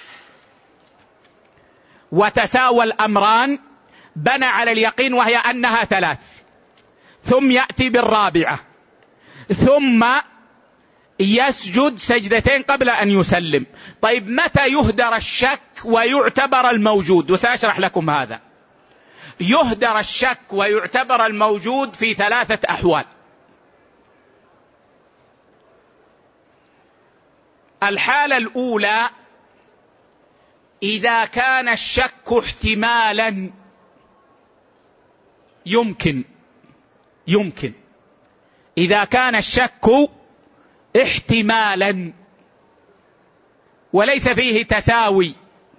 وتساوى الأمران بنى على اليقين وهي أنها ثلاث، ثم يأتي بالرابعة، ثم يسجد سجدتين قبل أن يسلم. طيب متى يهدر الشك ويعتبر الموجود؟ وسأشرح لكم هذا. يهدر الشك ويعتبر الموجود في ثلاثة أحوال. الحالة الأولى إذا كان الشك احتمالا، يمكن يمكن إذا كان الشك احتمالا وليس فيه تساوي،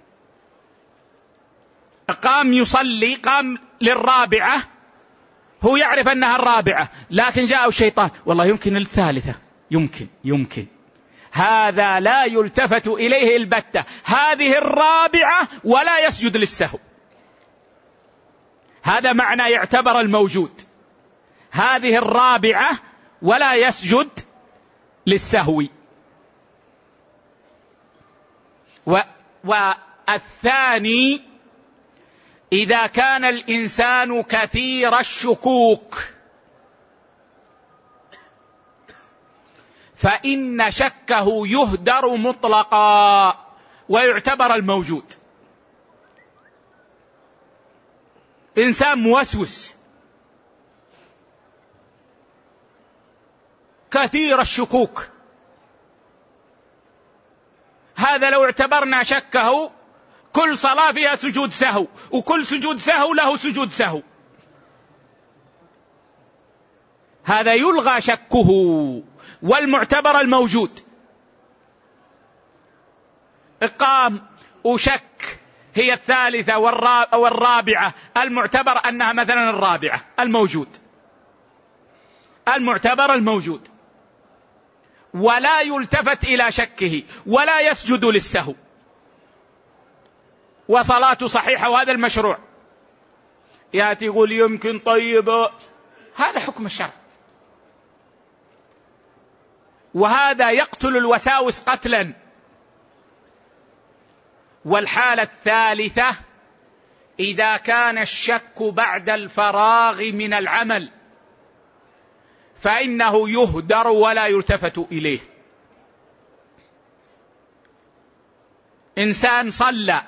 قام يصلي، قام للرابعة، هو يعرف أنها الرابعة لكن جاء الشيطان والله يمكن الثالثة، يمكن يمكن هذا لا يلتفت إليه البتة، هذه الرابعة ولا يسجد للسهو. هذا معنى يعتبر الموجود، هذه الرابعة ولا يسجد للسهو. و والثاني إذا كان الإنسان كثير الشكوك فإن شكه يهدر مطلقا ويعتبر الموجود. إنسان موسوس كثير الشكوك، هذا لو اعتبرنا شكه كل صلاة فيها سجود سهو، وكل سجود سهو له سجود سهو، هذا يلغى شكه. والمعتبر الموجود إقام وشك هي الثالثة والرابعة، المعتبر أنها مثلا الرابعة، الموجود المعتبر الموجود، ولا يلتفت إلى شكه ولا يسجد للسهو، وصلاته صحيحة، وهذا المشروع. يأتي يقول يمكن طيب، هذا حكم الشرع، وهذا يقتل الوساوس قتلا. والحالة الثالثة إذا كان الشك بعد الفراغ من العمل فإنه يهدر ولا يلتفت إليه. إنسان صلى،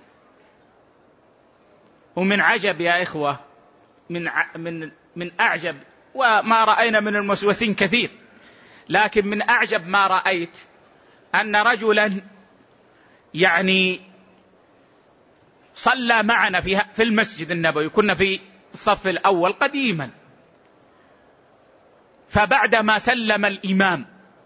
ومن عجب يا إخوة، من من من أعجب، وما رأينا من الموسوسين كثير، لكن من أعجب ما رأيت أن رجلا يعني صلى معنا في في المسجد النبوي، كنا في الصف الأول قديما، فبعدما سلم الإمام،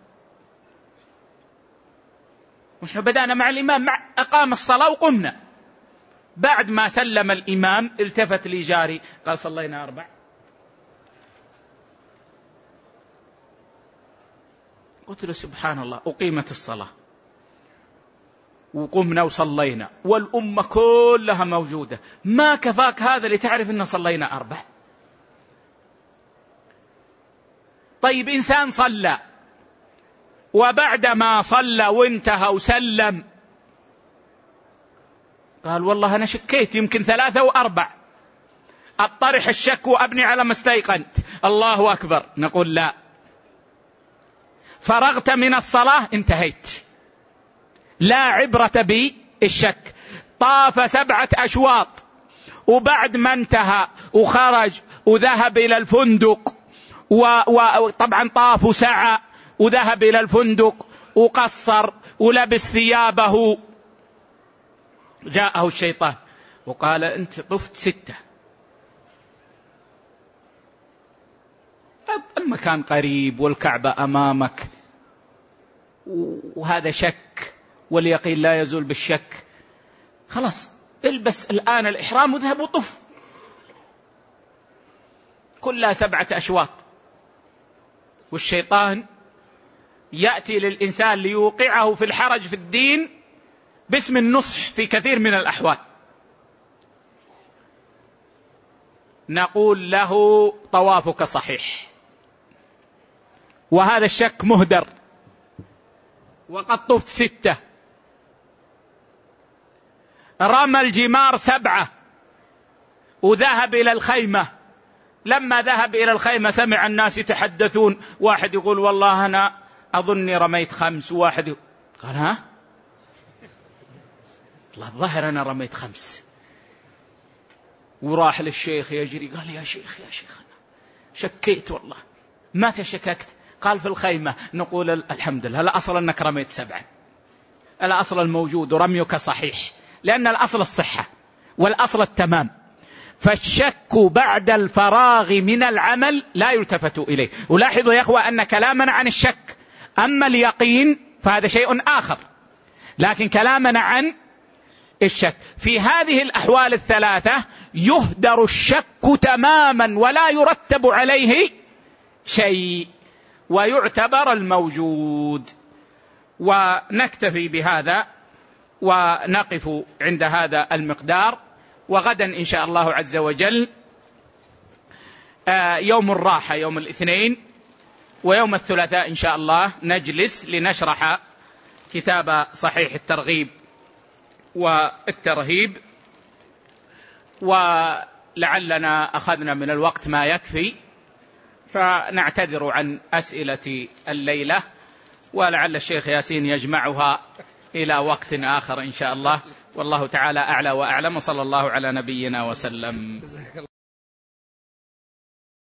ونحن بدأنا مع الإمام، مع أقام الصلاة وقمنا، بعد ما سلم الإمام التفت لي جاري قال صلينا أربع. قلت له سبحان الله، أقيمت الصلاة وقمنا وصلينا والأمة كلها موجودة، ما كفاك هذا لتعرف أن صلينا أربع؟ طيب إنسان صلى وبعدما صلى وانتهى وسلم قال والله أنا شكيت، يمكن ثلاثة وأربع، أطرح الشك وأبني على ما استيقنت، الله أكبر. نقول لا، فرغت من الصلاة انتهيت، لا عبرة بالشك. طاف سبعة أشواط وبعد ما انتهى وخرج وذهب إلى الفندق، وطبعا طاف وسعى وذهب إلى الفندق وقصر ولبس ثيابه، جاءه الشيطان وقال أنت طفت ستة، المكان قريب والكعبة أمامك، وهذا شك، واليقين لا يزول بالشك، خلاص البس الآن الإحرام وذهب وطف، كلها سبعة أشواط. والشيطان يأتي للإنسان ليوقعه في الحرج في الدين باسم النصح في كثير من الأحوال. نقول له طوافك صحيح، وهذا الشك مهدر، وقد طفت ستة. رمى الجمار سبعة وذهب إلى الخيمة، لما ذهب إلى الخيمة سمع الناس يتحدثون، واحد يقول والله أنا أظني رميت خمس، وواحد قال ها الله الظهر أنا رميت خمس، وراح للشيخ يجري قال يا شيخ يا شيخ أنا شكيت والله. متى شككت؟ قال في الخيمة. نقول الحمد لله، الأصل أنك رميت سبعا، الأصل الموجود ورميك صحيح، لأن الأصل الصحة والأصل التمام. فالشك بعد الفراغ من العمل لا يلتفت إليه. ولاحظوا يا أخوة أن كلامنا عن الشك، أما اليقين فهذا شيء آخر، لكن كلامنا عن الشك في هذه الأحوال الثلاثة يهدر الشك تماما ولا يرتب عليه شيء، ويعتبر الموجود. ونكتفي بهذا ونقف عند هذا المقدار، وغدا إن شاء الله عز وجل يوم الراحة، يوم الاثنين، ويوم الثلاثاء إن شاء الله نجلس لنشرح كتاب صحيح الترغيب والترهيب، ولعلنا أخذنا من الوقت ما يكفي، فنعتذر عن أسئلة الليلة، ولعل الشيخ ياسين يجمعها إلى وقت آخر إن شاء الله، والله تعالى أعلى وأعلم، وصلى الله على نبينا وسلم.